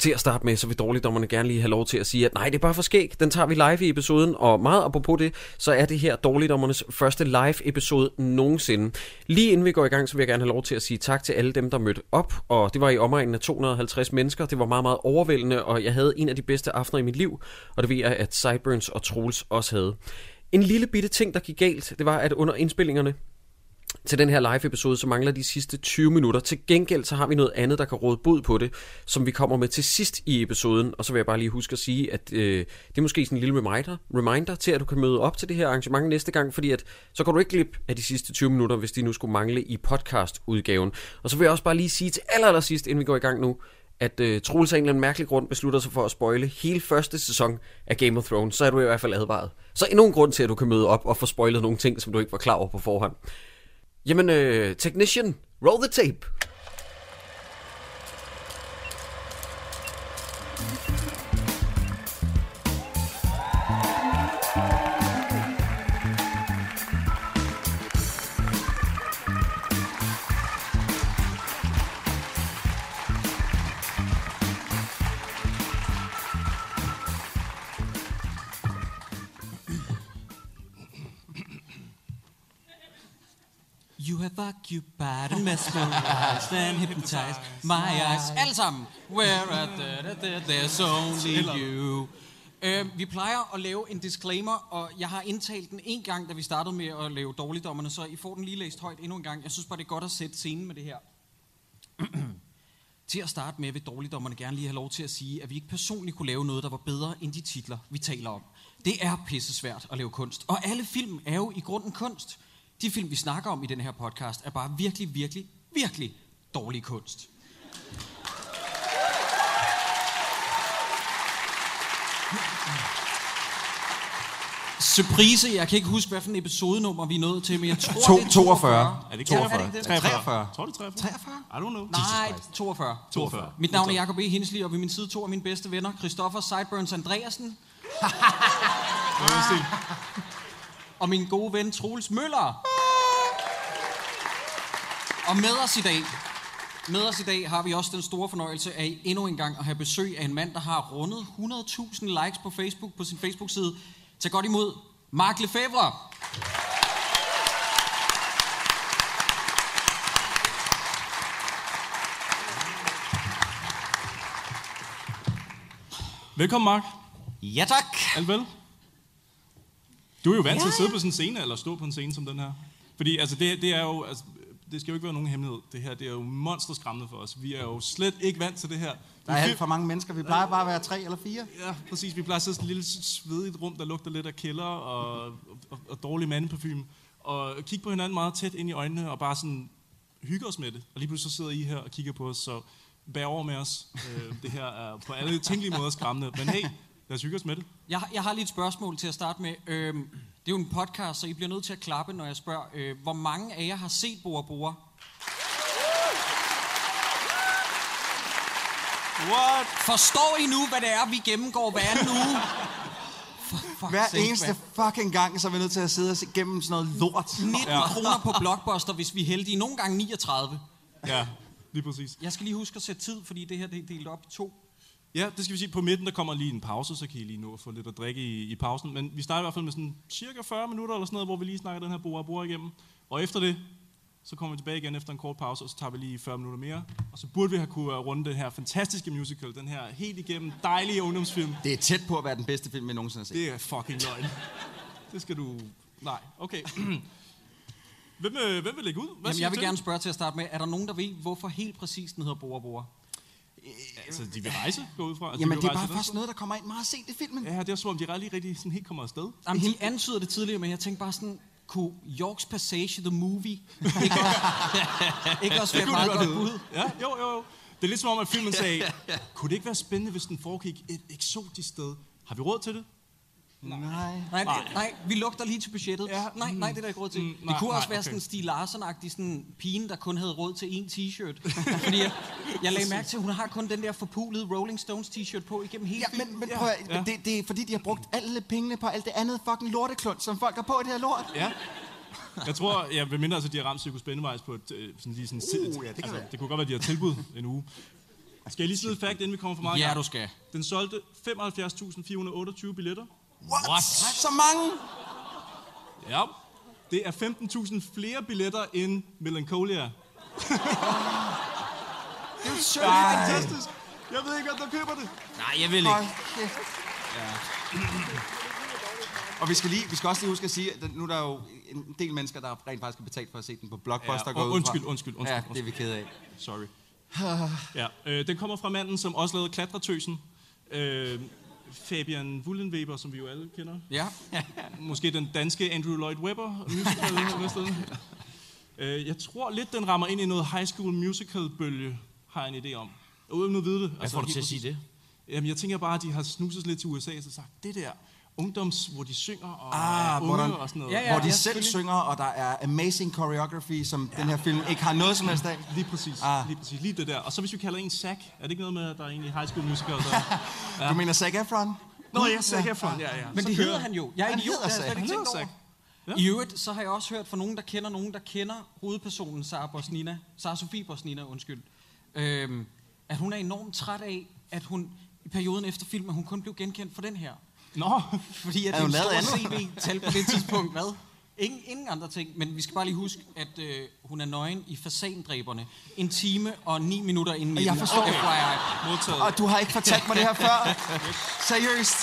Til at starte med, så vil dårligdommerne gerne lige have lov til at sige, at nej, det er bare for skæg. Den tager vi live i episoden, og meget apropos det, så er det her dårligdommernes første live episode nogensinde. Lige inden vi går i gang, så vil jeg gerne have lov til at sige tak til alle dem, der mødte op, og det var i omegnen af 250 mennesker. Det var meget, meget overvældende, og jeg havde en af de bedste aftener i mit liv, og det ved jeg, at Sideburns og Troels også havde. En lille bitte ting, der gik galt, det var, at under indspillingerne til den her live-episode, så mangler de sidste 20 minutter. Til gengæld, så har vi noget andet, der kan råde bod på det, som vi kommer med til sidst i episoden. Og så vil jeg bare lige huske at sige, at det er måske sådan en lille reminder til, at du kan møde op til det her arrangement næste gang, fordi at så går du ikke glip af de sidste 20 minutter, hvis de nu skulle mangle i podcast-udgaven. Og så vil jeg også bare lige sige til allersidst, inden vi går i gang nu, at Troels af en eller anden mærkelig grund beslutter sig for at spoile hele første sæson af Game of Thrones, så er du i hvert fald advaret. Så endnu en grund til, at du kan møde op og få spoilet nogle ting, som du ikke var klar over på forhånd. Jamen, technician, roll the tape. You have occupied and mesmerized and hypnotized my eyes. Alle sammen. Where are there's only you. Vi plejer at lave en disclaimer, og jeg har indtalt den en gang, da vi startede med at lave dårligdommerne, så I får den lige læst højt endnu en gang. Jeg synes bare, det er godt at sætte scenen med det her. Til at starte med vil dårligdommerne gerne lige have lov til at sige, at vi ikke personligt kunne lave noget, der var bedre end de titler, vi taler om. Det er pissesvært at lave kunst, og alle film er jo i grunden kunst. De film, vi snakker om i den her podcast, er bare virkelig, virkelig, virkelig dårlig kunst. Surprise, jeg kan ikke huske, hvad for en episodenummer vi er nået til, men jeg tror, det er 42. Er det ikke 42? 43? Tror du 43? 43? I don't know. Nej, 42. Mit navn er Jacob E. Hensli, og ved min side to af mine bedste venner, Christoffer Sideburns Andreasen. Og min gode ven Troels Møller. Og med os i dag har vi også den store fornøjelse af endnu en gang at have besøg af en mand, der har rundet 100.000 likes på Facebook på sin Facebook-side. Tag godt imod Mark Lefebvre. Velkommen, Mark. Ja, tak. Alt vel? Du er jo vant til at sidde på sådan en scene, eller stå på en scene som den her. Fordi altså, det er jo... Altså, det skal jo ikke være nogen hemmelighed. Det her, det er jo monsterskræmmende for os. Vi er jo slet ikke vant til det her. Der er alt for mange mennesker. Vi plejer bare at være 3 eller 4. Ja, præcis. Vi plejer at sidde sådan et lille svedigt rum, der lugter lidt af kælder og dårlig mandeparfume. Og kigge på hinanden meget tæt ind i øjnene og bare sådan hygge os med det. Og lige pludselig så sidder I her og kigger på os, så bær over med os. Det her er på alle tænkelige måder skræmmende. Men hey, lad os hygge os med det. Jeg har lige et spørgsmål til at starte med. Det er jo en podcast, så I bliver nødt til at klappe, når jeg spørger. Hvor mange af jer har set Bora Bora? What? Forstår I nu, hvad det er, vi gennemgår hver anden uge? Hver eneste fucking gang, så er vi nødt til at sidde og se gennem sådan noget lort. 19 kroner på Blockbuster, hvis vi er heldige. Nogle gange 39. Ja, lige præcis. Jeg skal lige huske at sætte tid, fordi det her det er delt op i 2. Ja, det skal vi sige. På midten, der kommer lige en pause, så kan I lige nå at få lidt at drikke i pausen. Men vi starter i hvert fald med sådan cirka 40 minutter eller sådan noget, hvor vi lige snakker den her Bora Bora igennem. Og efter det, så kommer vi tilbage igen efter en kort pause, og så tager vi lige 40 minutter mere. Og så burde vi have kunne runde den her fantastiske musical, den her helt igennem dejlige ungdomsfilm. Det er tæt på at være den bedste film, vi nogensinde har set. Det er fucking løgn. Det skal du... Nej, okay. Hvem vil lægge ud? Jamen, jeg vil gerne spørge til at starte med, er der nogen, der ved, hvorfor helt præcis den hedder Bora Bora? Altså, de vil rejse, gå ud fra. Altså, Jamen, det er bare først noget, der kommer ind meget sent i filmen. Ja, det er som om, de rigtig sådan helt kommer afsted. Jamen, de antyder det tidligere, men jeg tænkte bare sådan, kunne Yorks Passage, the movie, ikke også være meget godt bud? Ja, jo. Det er lidt som om, at filmen sagde, kunne det ikke være spændende, hvis den foregik et eksotisk sted? Har vi råd til det? Nej, vi lugter lige til budgettet. Ja, Nej, det er der ikke råd til. Det kunne også være sådan en Stieg Larsson-agtig sådan pigen, der kun havde råd til én t-shirt. Fordi jeg lagde mærke til, at hun har kun den der forpulede Rolling Stones t-shirt på igennem hele filmen. Men prøv at, det er fordi, de har brugt alle pengene på alt det andet fucking lorteklund, som folk har på i det her lort. Ja. Jeg tror, ved mindre, altså, de har ramt Cirkus Spændevejs på et sådan lige sådan... Ja, det kan være. Det kunne godt være, de har tilbud en uge. Skal jeg lige sige et fact, inden vi kommer for meget? Ja, du skal. Den solgte 75.428 billetter. What? Så mange? Ja. Det er 15.000 flere billetter end Melancholia. Det er jo sødt. Fantastisk. Jeg ved ikke, hvem der køber det. Nej, jeg vil ikke. Og vi skal også lige huske at sige, at nu er der jo en del mennesker, der rent faktisk har betalt for at se den på Blockbuster. Ja, undskyld. Ja, det er vi ked af. Sorry. Ja, den kommer fra manden, som også lavede Klatretøsen. Fabian Wullenweber, som vi jo alle kender. Ja. Måske den danske Andrew Lloyd Webber. Jeg tror lidt, den rammer ind i noget High School Musical-bølge, har jeg en idé om. Uden at vide det. Hvad får du til at sige det? Jamen, jeg tænker bare, at de har snuset lidt til USA, og så sagt, det der ungdoms, hvor de synger og er unge og sådan noget. Hvor de selv synger, og der er amazing choreography, som den her film ikke har noget som helst af. Lige præcis. Lige det der. Og så hvis vi kalder en Zac, er det ikke noget med, at der er egentlig High School Musical? Der... Du mener Zac Efron? Nå ja, Zac Efron. Ja. Men det hedder han jo. Jeg er idiot, han hedder Zac. Ja. I øvrigt, så har jeg også hørt fra nogen, der kender hovedpersonen, Sara Sofie Bosnina, at hun er enormt træt af, at hun i perioden efter filmen, hun kun blev genkendt for den her. Nå. Fordi at det er en stor CV-tal på det tidspunkt. Hvad? Ingen andre ting, men vi skal bare lige huske, at hun er nøgen i Fasandræberne 1 time og 9 minutter inden. Jeg forstår. Modtaget. Og du har ikke fortalt mig det her før. Seriøst.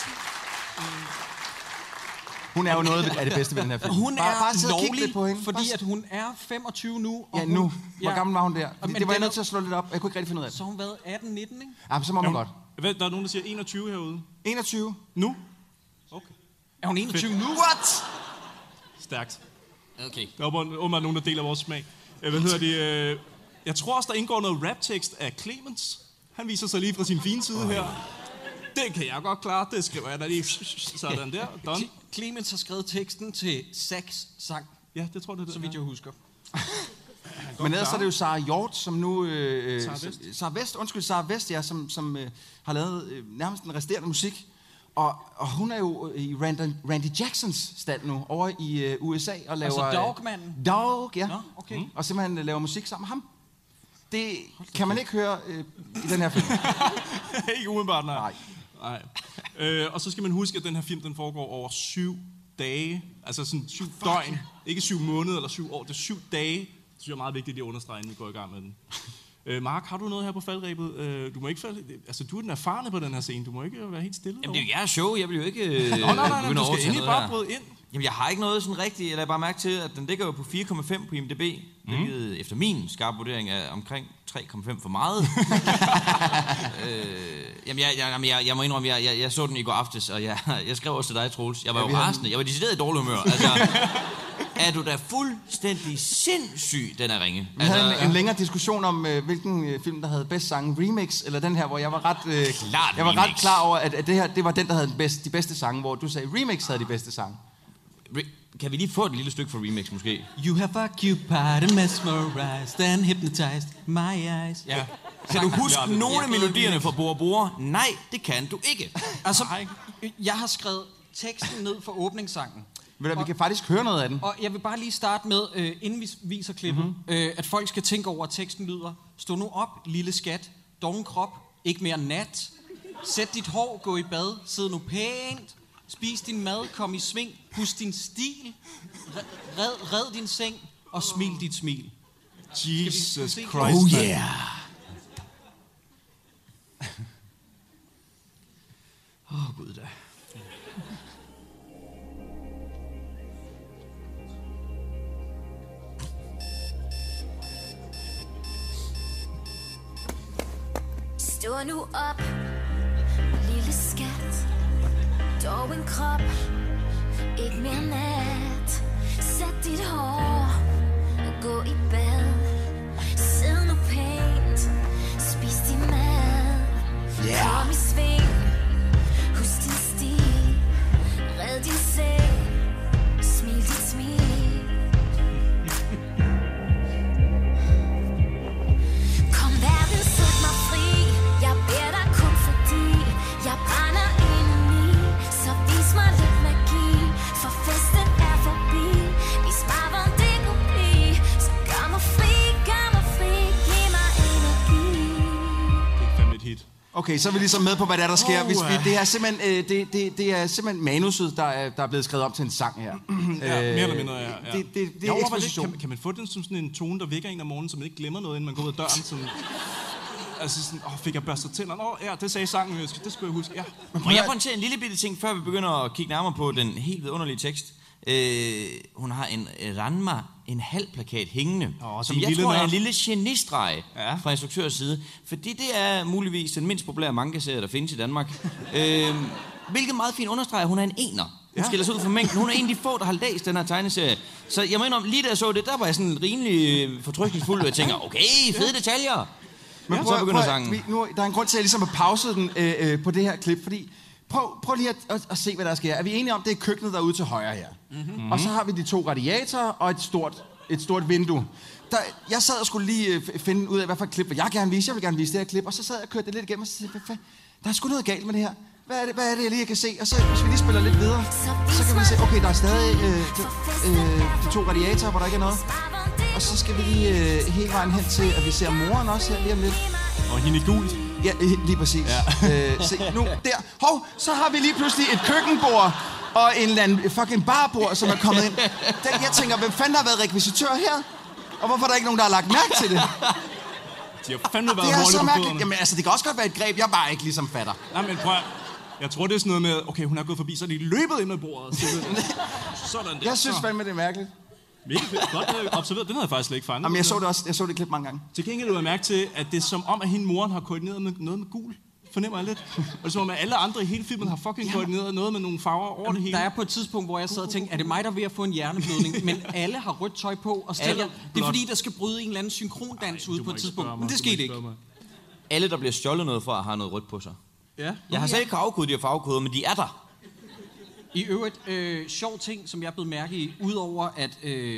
Hun er jo noget af det bedste ved den her film. Hun er lovlig, på hende. Fordi at hun er 25 nu. Og nu. Hvor gammel var hun der? Det var jeg nødt til at slå lidt op. Jeg kunne ikke rigtig finde ud af det. Så hun været 18-19, ikke? Ja, så må man godt. Der er nogen, der siger 21 herude. 21? Nu? Okay. Er hun 21 nu? What? Stærkt. Okay. Der er åbenbart nogen, der deler vores smag. Jeg tror også, der indgår noget raptekst af Clemens. Han viser sig lige fra sin fine side her. Det kan jeg godt klare. Det skriver jeg da lige. Sådan der. Done. Clemens har skrevet teksten til Zacs sang. Ja, det tror jeg, det så vidt jeg husker. Men ellers er det jo Sara Hjort, som nu... Sara Vest, ja, som har lavet nærmest den resterende musik. Og hun er jo i Randy Jacksons stald nu, over i USA, og laver... Altså Dogmanden? Dog, ja. Nå, okay. Og simpelthen laver musik sammen med ham. Det kan man ikke høre i den her film. Ikke umiddelbart, nej. Og så skal man huske, at den her film, den foregår over 7 dage. Altså sådan 7 døgn. Ikke 7 måneder eller 7 år. Det er 7 dage. Det synes jeg er meget vigtigt at understrege, inden vi går i gang med den. Mark, har du noget her på faldrebet? Du må ikke altså, du er den erfarne på den her scene. Du må ikke være helt stille. Jamen, det er jo jeres show. Jeg vil jo ikke... Nej, du skal endelig bare bryde ind. Jamen, jeg har ikke noget sådan rigtigt. Jeg lader bare mærke til, at den ligger jo på 4,5 på IMDb. Hvilket efter min skarpe vurdering er omkring 3,5 for meget. Jeg må indrømme, jeg så den i går aftes, og jeg skrev også til dig, Troels. Jeg var jo rasende. Jeg var decideret i dårlig humør. Altså, er du da fuldstændig sindssyg, den er ringe. Vi havde en længere diskussion om, hvilken film, der havde bedst sange. Remix, eller den her, hvor jeg var ret klar over, at det her, det var den, der havde de bedste sange, hvor du sagde, Remix havde de bedste sange. Kan vi lige få et lille stykke fra Remix, måske? You have occupied and mesmerized and hypnotized my eyes. Ja. Kan du huske nogle af melodierne fra Bora Bora? Nej, det kan du ikke. Altså, jeg har skrevet teksten ned for åbningssangen. Vi kan faktisk høre noget af den. Og jeg vil bare lige starte med, inden vi viser klippet, at folk skal tænke over, at teksten lyder: stå nu op, lille skat, doven krop, ikke mere nat. Sæt dit hår, gå i bad, sid nu pænt. Spis din mad, kom i sving, husk din stil. Red din seng, og smil dit smil. Jesus Christ. Oh yeah. Gud da. Stå nu op, lille skat. Dog en krop, ikke mere nat. Sæt dit hår, gå i bad. Sid nu pænt, spis din mad. Kom i sving, husk din stil. Red din seng, smil dit smil. Kom verden, sæt mig fri. Jeg beder dig kun fordi jeg brænder indeni. Så vis mig lidt magi, for festen er forbi. Vis mig, hvor det kunne blive, så gør mig fri. Okay, så er vi ligesom med på, hvad der sker. Det er simpelthen, det er simpelthen manuset, der er blevet skrevet op til en sang her. Mere eller mindre, ja. Det er eksposition. Kan man få den som sådan en tone, der vækker en om morgenen, så man ikke glemmer noget, inden man går ud af døren? Sådan, altså sådan, fik jeg børstet tænderne? Ja, det sagde sangen, det skulle jeg huske, ja. Må jeg pointere en lille bitte ting, før vi begynder at kigge nærmere på den helt vidunderlige tekst? Hun har en Ranma, en halv plakat hængende, som jeg tror er en lille genistreg fra instruktørs side, fordi det er muligvis den mindst populære manga-serie, der findes i Danmark. Hvilket meget fint understreger, hun er en ener. Hun skiller sig ud fra mængden. Hun er en af de få, der har læst den her tegneserie. Så jeg mener, lige da jeg så det, der var jeg sådan rimelig fortrykningsfuld, og jeg tænker, okay, fede detaljer. Men så begynder sangen. Der er en grund til, at jeg ligesom har pauset den på det her klip, fordi prøv lige at se, hvad der sker. Er vi enige om, det er køkkenet derude til højre her? Mm-hmm. Og så har vi de 2 radiatorer og et stort vindue. Jeg sad og skulle lige finde ud af, hvad for et klip jeg gerne vise. Jeg vil gerne vise det her klip, og så sad jeg og kørte det lidt igennem, og så sagde jeg, der er sgu noget galt med det her. Hvad er det, jeg lige kan se? Og så, hvis vi lige spiller lidt videre, så kan vi se, okay, der er stadig de 2 radiatorer, hvor der ikke er noget. Og så skal vi lige hele vejen hen til, at vi ser moren også her lige om lidt. Og hende i gult. Ja, lige præcis. Ja. Se, nu, der. Hov, så har vi lige pludselig et køkkenbord og en eller anden fucking barbord, som er kommet ind. Jeg tænker, hvem fanden har været rekvisitør her? Og hvorfor er der ikke nogen, der har lagt mærke til det? De har fandme været det er så mærkeligt. fødderne. Jamen altså, det kan også godt være et greb, jeg bare ikke ligesom fatter. Nej, men prøv. Jeg tror, det er sådan noget med, okay, hun er gået forbi, så er de løbet ind med bordet. Sådan der. Jeg synes fandme, det er mærkeligt. Mega fedt. Godt observeret. Den havde jeg faktisk slet ikke fanget. Jamen, jeg så det også. Jeg så det klip mange gange. Til gengæld vil jeg mærke til, at det er som om, at hende moren har koordineret med noget med gul. Fornemmer jeg lidt. Og det er som om, at alle andre i hele filmen har fucking koordineret noget med nogle farver over det hele. Der er på et tidspunkt, hvor jeg sad og tænkte, er det mig, der er ved at få en hjerneblødning? Men alle har rødt tøj på, og det er fordi, der skal bryde en eller anden synkrondans ud på et tidspunkt. Men det skete ikke. Alle, der bliver stjålet noget fra, har noget rødt på sig. Ja. Jeg har selv ikke farvekodet, de har farvekoder, men de er der. I øvrigt, sjov ting, som jeg er blevet mærke i, udover at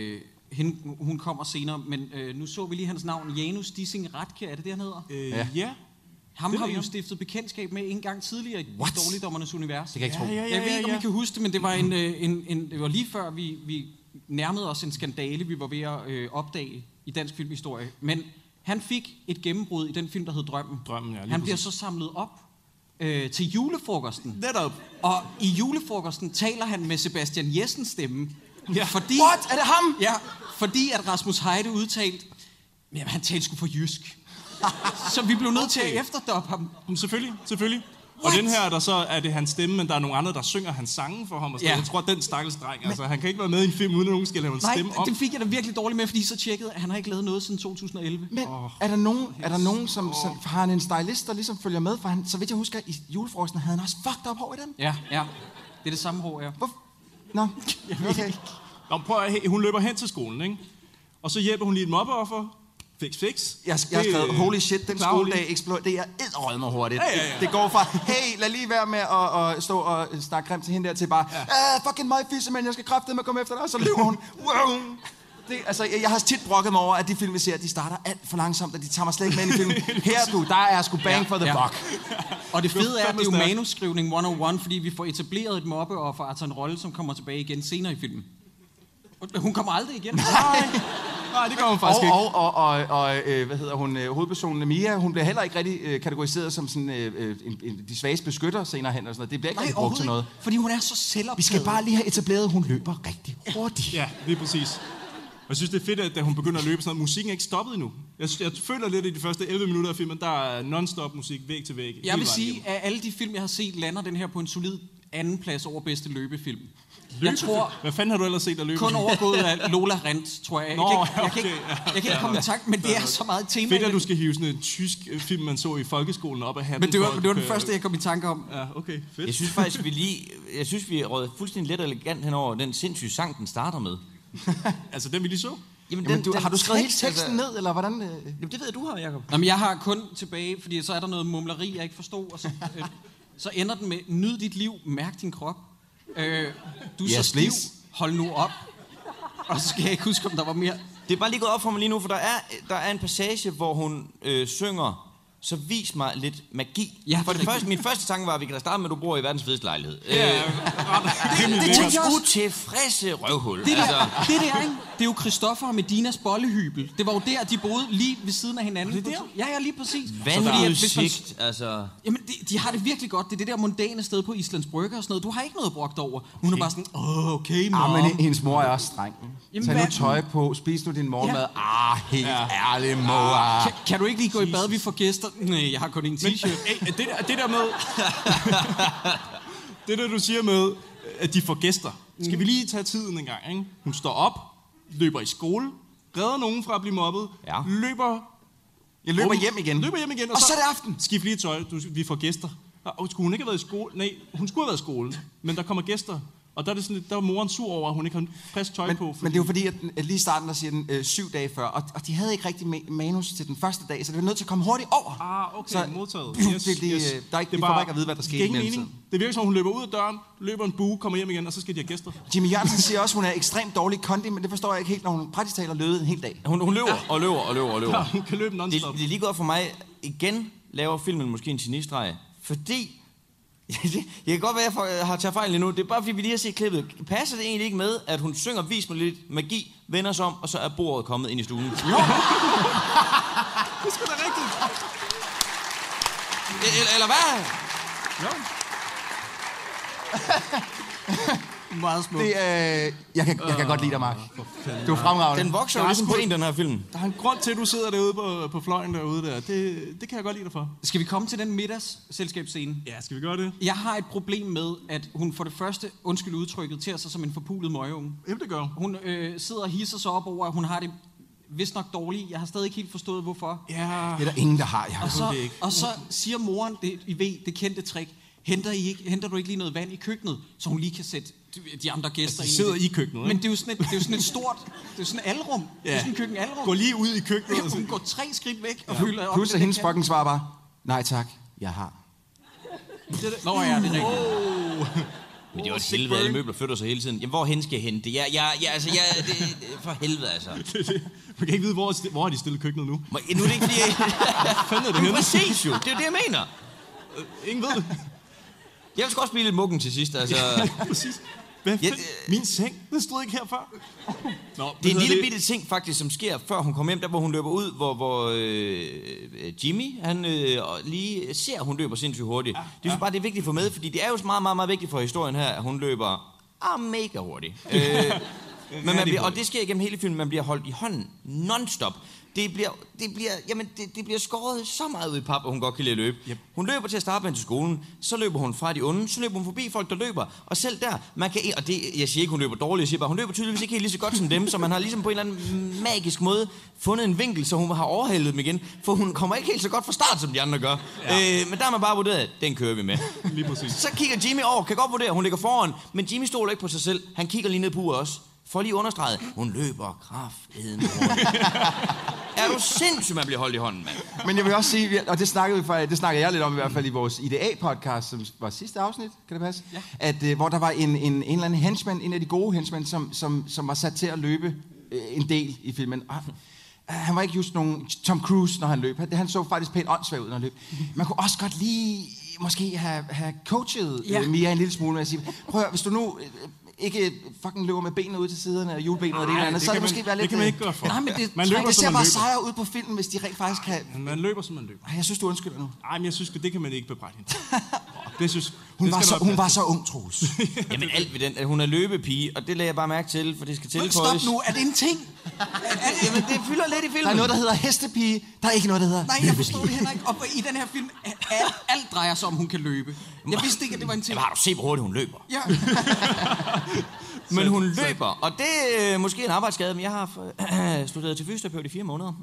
hun kommer senere, men nu så vi lige hans navn, Janus Dissing Ratke, er det han hedder? Ja. Ham har vi jo stiftet bekendtskab med en gang tidligere i Dårligdommernes Univers. Det kan jeg ikke tro. Jeg ved ikke, om I kan huske det, men det var, det var lige før, vi nærmede os en skandale, vi var ved at opdage i dansk filmhistorie. Men han fik et gennembrud i den film, der hed Drømmen. Han bliver så samlet op til julefrokosten. Netop. Og i julefrokosten taler han med Sebastian Jessens stemme. Ja. Fordi, what? Er det ham? Ja, fordi at Rasmus Heide udtalte, jamen han talte sgu for jysk. Så vi blev nødt til at efterdoppe ham. Selvfølgelig. Og den her, der så er det hans stemme, men der er nogle andre, der synger hans sange for ham. Og jeg tror, at den stakkels dreng, altså han kan ikke være med i en film, uden at nogen skal lave en stemme om. Nej, det fik jeg da virkelig dårligt med, fordi så tjekkede, at han har ikke lavet noget siden 2011. Men er der nogen, som har han en stylist, der ligesom følger med? For han, så vidt jeg husker, i julefrokosten havde han også fucked up hår i den. Ja. Det er det samme hår, ja. Nå, okay. Nå, prøv at hun løber hen til skolen, ikke? Og så hjælper hun lige et mobbeoffer. Fix. Jeg har skrevet, holy shit, den skoledag eksploderer. Det er edderrødme hurtigt. Ja. Det går fra, hey, lad lige være med at stå og snakke grimt til hende der, til bare, fucking mig fisse, men jeg skal kraftedeme at komme efter dig, og så løber hun. Wow. Jeg har tit brokket mig over, at de film, vi ser, de starter alt for langsomt, og de tager mig slet ikke med i filmen. Her der er sgu bang for the buck. Og det fede er, at det er jo manuskrivning 101, fordi vi får etableret et mobbeoffer, altså en rolle, som kommer tilbage igen senere i filmen. Hun kommer aldrig igen. Nej, det gør hun faktisk ikke. Og hvad hedder hun, hovedpersonen Mia, hun bliver heller ikke rigtig kategoriseret som sådan de svageste beskytter senere hen og sådan noget. Det bliver ikke rigtig brugt til noget. Fordi hun er så selvoptaget. Vi skal bare lige have etableret, at hun løber rigtig hurtigt. Ja, lige præcis. Og jeg synes, det er fedt, at da hun begynder at løbe sådan noget, musikken er ikke stoppet endnu. Jeg føler lidt, at i de første 11 minutter af filmen, der er non-stop musik væg til væg. Jeg vil sige, at alle de film, jeg har set, lander den her på en solid anden plads over bedste løbefilm. Jeg tror, hvad fanden har du ellers set der løbe? Kun overgået af Lola Rent, tror jeg. Jeg kan ikke komme i takt, men det er så meget tema. Fedt, at du skal hive sådan en tysk film, man så i folkeskolen op af hatten. Men det var den første, jeg kom i tanke om. Ja, okay, fedt. Jeg synes faktisk, vi rød fuldstændig let og elegant hen over den sindssyge sang, den starter med. Altså den, vi lige så? Jamen, har du skrevet hele teksten ned, eller hvordan? Jamen, det ved jeg, du har, Jacob. Jamen, jeg har kun tilbage, fordi så er der noget mumleri, jeg ikke forstod, og så ender den med, nyd dit liv, mærk din krop. Du er så stiv, hold nu op. Og så skal jeg ikke huske, om der var mere. Det er bare lige gået op for mig lige nu, for der er en passage, hvor hun synger så vis mig lidt magi. Ja, for det første, min første tanke var, at vi kan da starte med, at du bor i verdens fedeste lejlighed. Det tænkte jeg også. Utilfredse røvhul. Det der, ikke? Det er jo Christoffer og Medinas bollehybel. Det var jo der, de boede lige ved siden af hinanden. Det der? Ja, lige præcis. Vandudsigt, altså... Jamen, de har det virkelig godt. Det er det der mondane sted på Islands Brygge og sådan noget. Du har ikke noget brugt over. Hun er bare sådan, okay, mom. Men hendes mor er også streng. Tag nu tøj på, spis nu din morgenmad. Helt ærlig, mor. Kan du ikke lige gå i bad, vi får gæster? Nej, jeg har kun en t-shirt. Det der med... det der, du siger med, at de får gæster. Skal vi lige tage tiden en gang, ikke? Hun står op, løber i skole, redder nogen fra at blive mobbet, løber hjem igen. Og så er det aften. Skift lige tøj, vi får gæster. Skulle hun ikke have været i skole? Nej, hun skulle have været i skole, men der kommer gæster. Og der er det sådan lidt, der var moren sur over, at hun ikke har frisk tøj på. Men det er jo fordi, at lige i starten, der siger den 7 dage før, og de havde ikke rigtig manus til den første dag, så det var nødt til at komme hurtigt over. Okay, så, modtaget. Yes. Der er ikke, vi får bare ikke at vide, hvad der skete i mellemtiden. Det virker som, hun løber ud af døren, løber en bue, kommer hjem igen, og så skal de have gæster. Jimmy Jørgensen siger også, at hun er ekstremt dårlig kondi, men det forstår jeg ikke helt, når hun praktisk taler løbet en hel dag. Hun løber og løber. Ja, hun kan løbe non-stop. Det er lige godt for mig. Igen laver filmen måske en genistreg, fordi... Det kan godt være, at jeg har taget fejl lige nu. Det er bare fordi, vi lige har set klippet. Passer det egentlig ikke med, at hun synger vis mig lidt magi, vender sig om, og så er bordet kommet ind i stuen? Jo! Det er sgu da rigtigt. Eller hvad? Jo. Meget smukt. Jeg kan godt lide dig, Mark. Du er fremragende. Den vokser jo ligesom på en, den her film. Der er en grund til, at du sidder derude på fløjen derude der. Det kan jeg godt lide dig for. Skal vi komme til den middagsselskabsscene? Ja, skal vi gøre det? Jeg har et problem med, at hun for det første, undskyld udtrykket, til sig som en forpulet møgeunge. Jamen, det gør hun. Sidder og hisser sig op over, at hun har det vist nok dårligt. Jeg har stadig ikke helt forstået, hvorfor. Ja. Det er der ingen, der har. Og så siger moren, I ved, det kendte trick. Henter du ikke lige noget vand i køkkenet, så hun lige kan sætte de andre gæster ind i sidder i køkkenet, ikke? Men det er jo sådan et stort, det er jo sådan et alrum. Ja. Det er sådan et køkken-alrum. Gå lige ud i køkkenet. Hun går 3 skridt væk og fylder op. Plus at hendes fucking svar bare, nej tak, jeg har. Nå ja, det er rigtigt. Men det var et helvede, alle møbler flytter sig hele tiden. Jamen, hvor hen skal jeg hente det? Det for helvede, altså. Man kan ikke vide, hvor er de stillet køkkenet nu. Nu er det ikke fordi... Fanden er det henne? Præcis jo, det er jo det, jeg mener. Ingen ved det. Jeg vil sgu også blive lidt muggen til sidst, altså. Præcis. Min seng, den stod ikke her før. Nå, det er en lille bitte ting faktisk, som sker, før hun kommer hjem, der hvor hun løber ud, hvor Jimmy, han lige ser, at hun løber sindssygt hurtigt. Det er bare, det er vigtigt for med, fordi det er jo meget, meget, meget vigtigt for historien her, at hun løber mega hurtigt. Og det sker igennem hele filmen, man bliver holdt i hånden non-stop. Det bliver skåret så meget ud i pap, at hun godt kan lide at løbe. Yep. Hun løber til at starte med til skolen, så løber hun fra de onde, så løber hun forbi folk, der løber. Og selv der, jeg siger ikke, hun løber dårligt, jeg siger bare, hun løber tydeligvis ikke helt lige så godt som dem, så man har ligesom på en eller anden magisk måde fundet en vinkel, så hun har overhældet dem igen. For hun kommer ikke helt så godt fra start, som de andre gør. Ja. Men der har man bare vurderet, den kører vi med. Lige præcis. Så kigger Jimmy over, kan godt vurdere, hun ligger foran, men Jimmy stoler ikke på sig selv. Han kigger lige ned på uret også. For lige understreget, hun løber kraftedeme hurtigt. Er du sindssygt, man bliver holdt i hånden, mand? Men jeg vil også sige, og det snakkede jeg lidt om i hvert fald i vores IDA-podcast, som var sidste afsnit, kan det passe? Ja. At, hvor der var en eller anden henchman, en af de gode henchmænd, som var sat til at løbe en del i filmen. Han var ikke just nogen Tom Cruise, når han løb. Han så faktisk pænt åndssvag ud, når han løb. Man kunne også godt lige måske have coachet Mia en lille smule med at sige, prøv at høre, hvis du nu... ikke fucking løber med benene ud til siderne og julebenet og det ene eller andet, så det måske være lidt... Det kan man ikke gøre for. Nej, men det ser bare sejre ud på filmen, hvis de rent faktisk kan... Man løber, som man løber. Jeg synes, du undskylder nu. Nej, men jeg synes, det kan man ikke bebrejde hende. Det synes, hun var så ung, Troels. Jamen alt ved den, at hun er løbepige, og det lagde jeg bare mærke til, for det skal tilføjes. Stop nu, er det en ting? Jamen det fylder lidt i filmen. Der er noget, der hedder hestepige, der er ikke noget, der hedder... Nej, jeg forstår det heller ikke. Og i den her film, alt drejer sig om, hun kan løbe. Jeg vidste ikke, at det var en ting. Jamen har du set, hvor hurtigt hun løber? Ja. Men hun løber, og det er måske en arbejdsskade, men jeg har studeret til fysioterapeut i 4 måneder.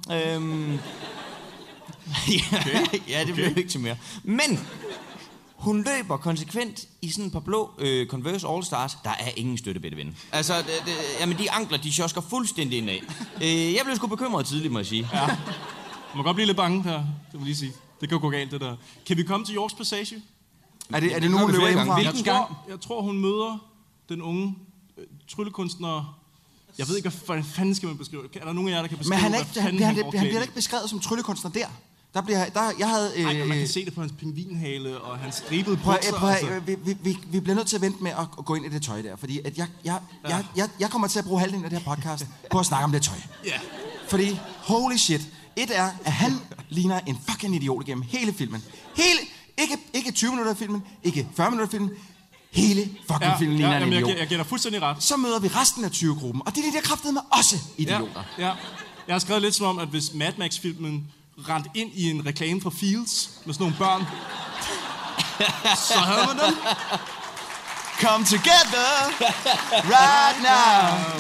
Ja, det bliver ikke til mere. Men hun løber konsekvent i sådan et par blå Converse All Stars. Der er ingen støttebætte ven. Altså, jamen de ankler, de sjosker fuldstændig indad. Jeg blev sgu bekymret tidligt, må jeg sige. Ja. Man må godt blive lidt bange her, det må lige sige. Det kan gå galt, det der. Kan vi komme til Yorks Passage? Er det nu, hun løber hjemmefra? Jeg tror, hun møder den unge tryllekunstner. Jeg ved ikke, hvad fanden skal man beskrive. Er der nogen af jer, der kan beskrive, men han bliver da ikke beskrevet som tryllekunstner der. Jeg havde... man kan se det på hans pingvinhale og hans stribede bukser. Vi bliver nødt til at vente med at gå ind i det tøj der, fordi at jeg kommer til at bruge halvdelen af det her podcast på at snakke om det tøj. Ja. Fordi, holy shit, et er, at han ligner en fucking idiot igennem hele filmen. Ikke 20 minutter af filmen, ikke 40 minutter af filmen, hele fucking filmen ligner en idiot. Jeg giver dig fuldstændig ret. Så møder vi resten af 20-gruppen, og det er de der kraftedeme også idioter. Ja. Jeg har skrevet lidt som om, at hvis Mad Max-filmen rent ind i en reklame fra Fields med sådan nogle børn, så havde man dem. Come together right now.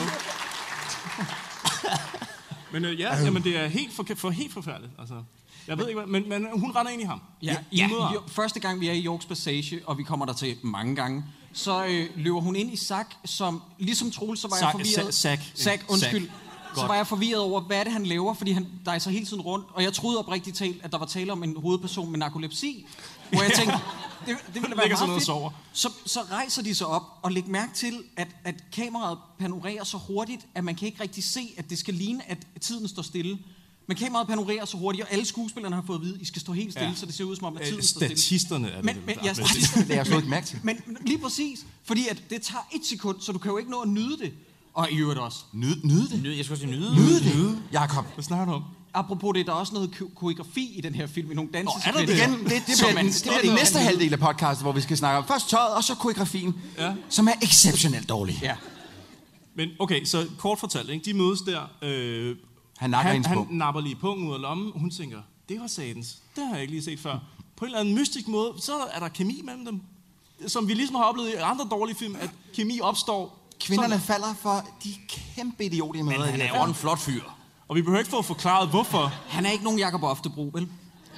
Men jamen, det er helt forfærdeligt. Altså, jeg ved ikke, men hun render ind i ham. Første gang vi er i Yorks Passage, og vi kommer der til mange gange, så løber hun ind i Zack, som ligesom Troels, så var jeg forvirret. Zack, undskyld. Så var jeg forvirret over, hvad er det, han laver, fordi han dejser hele tiden rundt, og jeg troede oprigtigt talt, at der var tale om en hovedperson med narkolepsi, hvor jeg tænkte, det ville være meget fedt. Så rejser de sig op, og læg mærke til, at kameraet panorerer så hurtigt, at man kan ikke rigtig se, at det skal ligne, at tiden står stille. Men kameraet panorerer så hurtigt, og alle skuespillerne har fået at vide, at I skal stå helt stille, så det ser ud som om, at tiden står stille. Statisterne er det. Det er jeg slet ikke mærke til. Men lige præcis, fordi at det tager 1 sekund, så du kan jo ikke nå at nyde det. Og i øvrigt også. Nyde det? Jeg skal også sige nyde det. Jakob. Hvad snakker du om? Apropos det, der er også noget koreografi i den her film, i nogle dansesekvenser. Igen, det bliver den næste halvdel af podcastet, hvor vi skal snakke om først tøjet, og så koreografien, som er exceptionelt dårlig. Ja. Men okay, så kort fortalt, ikke? De mødes der. Han napper lige pungen ud af lommen, og hun tænker, det var satans. Det har jeg ikke lige set før. På en eller anden mystisk måde, så er der kemi mellem dem. Som vi ligesom har oplevet i andre dårlige film, at kemi opstår. Kvinderne falder for de kæmpe idioter med. Men han er jo en flot fyr. Og vi behøver ikke få forklaret, hvorfor. Han er ikke nogen Jakob Oftebro, vel?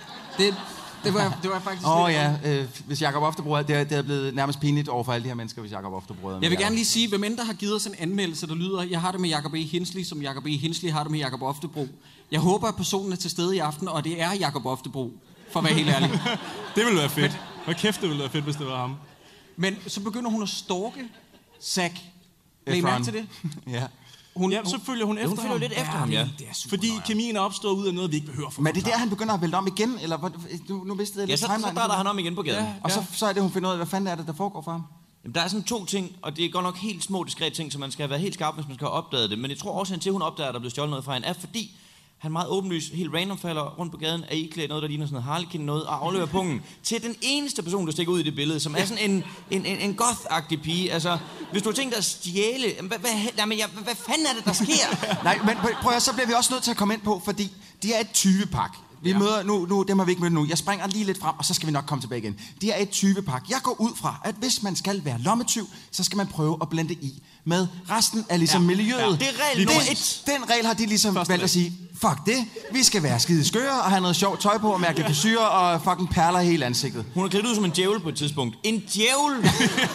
Det var faktisk... hvis Jakob Oftebro, det er blevet nærmest pinligt over for alle de her mennesker, hvis Jakob Oftebro... Jeg vil gerne lige sige, hvem end der har givet os en anmeldelse, der lyder, jeg har det med Jakob E. Hinsley, som Jakob E. Hinsley har det med Jakob Oftebro. Jeg håber, at personen er til stede i aften, og det er Jakob Oftebro, for at være helt ærlig. Det ville være fedt. Hvor kæft, det ville være fedt, hvis det var ham. Men så begynder hun at stalke Zack. Læg I mærke til det? Ja. Så følger hun efter ham. Lidt efter ham, ja. Fordi kemien er opstået ud af noget, vi ikke behøver for. Men det er der, han begynder at vælte om igen? Eller nu vidste jeg lidt timeline. Så starter han om igen på gaden. Og så er det, hun finder ud af, hvad fanden er det, der foregår for ham? Jamen, der er sådan 2 ting, og det er godt nok helt små, diskrete ting, så man skal være helt skarp, hvis man skal have opdaget det. Men jeg tror også, at hun opdager, at der er blevet stjålet noget fra hende, er fordi han meget åbenlyst, helt random falder rundt på gaden, er iklædt noget, der ligner sådan noget Harlequin noget, og afløber pungen til den eneste person, der stikker ud i det billede, som er sådan en goth-agtig pige. Altså, hvis du har tænkt dig at stjæle, hvad fanden er det, der sker? Nej, men prøv at så bliver vi også nødt til at komme ind på, fordi de er et 20-pak. Vi møder nu, dem har vi ikke mødt nu. Jeg springer lige lidt frem, og så skal vi nok komme tilbage igen. Det er et 20-pak. Jeg går ud fra, at hvis man skal være lommetyv, så skal man prøve at blende i med resten af ligesom miljøet. Ja. Det er regel nummer 1. Den regel har de ligesom valgt at sige, fuck det, vi skal være skide skøre og have noget sjovt tøj på og mærke frisyrer og fucking perler i hele ansigtet. Hun har klædt ud som en djævel på et tidspunkt. En djævel!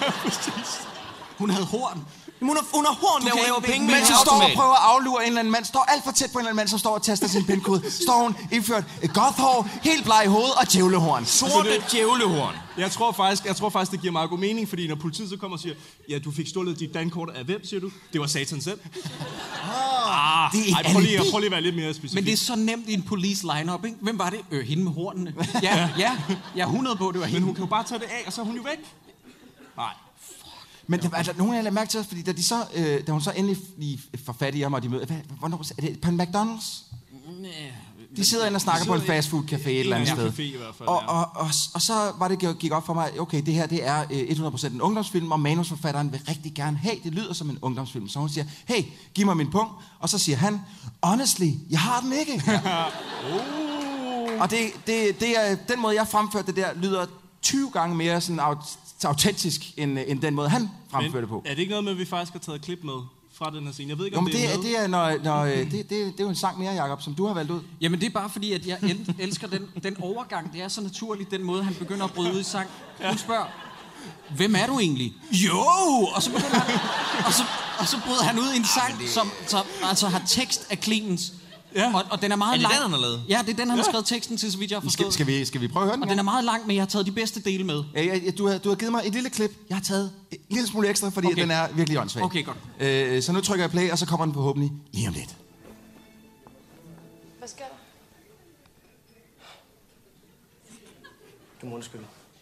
Hun havde horn. Hun har horn, der laver penge med. Men så står og prøver at aflure en eller anden mand. Står alt for tæt på en eller anden mand, som står og taster sin pindkode. Står hun indført gothhår, helt bleg i hovedet og djævlehorn. Sorte djævlehorn. Jeg tror faktisk, det giver meget god mening, fordi når politiet så kommer og siger, ja, du fik stjålet dit dankort af hvem, siger du? Det var Satan selv. Prøv lige at være lidt mere specifik. Men det er så nemt i en police line-up, ikke? Hvem var det? Hende med hornene. Ja, jeg er 100 på, det var hende. Men hun kan jo bare tage det af, og så er hun jo væk. Nej. Men nogen af jer lagde mærke til os, fordi da hun så endelig får fat i ham, og de møder... Hvornår er det på en McDonald's? De sidder inde og snakker på en fastfood-café et eller andet sted. Café i hvert fald, og så var det gik op for mig, okay, det her det er 100% en ungdomsfilm, og manusforfatteren vil rigtig gerne have, det lyder som en ungdomsfilm. Så hun siger, hey, giv mig min punkt. Og så siger han, honestly, jeg har den ikke. Og det er den måde, jeg fremførte det der, lyder 20 gange mere sådan autentisk, end den måde, han fremførte det på. Er det ikke noget med, at vi faktisk har taget klip med fra den her scene? Jeg ved ikke, om det er med. Det er jo en sang mere, Jakob, som du har valgt ud. Jamen, det er bare fordi, at jeg elsker den overgang. Det er så naturligt, den måde, han begynder at bryde ud i sang. Hun spørger, hvem er du egentlig? Jo! Og så begynder han, og så bryder han ud i en sang, som altså har tekst af Clemens. Ja. Og den er meget lang. Er det den, han har lavet? Ja, det er den, han har skrevet teksten til, så vidt jeg har forstået. Skal vi prøve at høre den? Og den er meget lang, men jeg har taget de bedste dele med. Du har givet mig et lille klip. Jeg har taget en lille smule ekstra, fordi den er virkelig åndssvag. Okay, godt. Så nu trykker jeg play, og så kommer den forhåbentlig lige om lidt. Hvad sker der? Du må undskylde.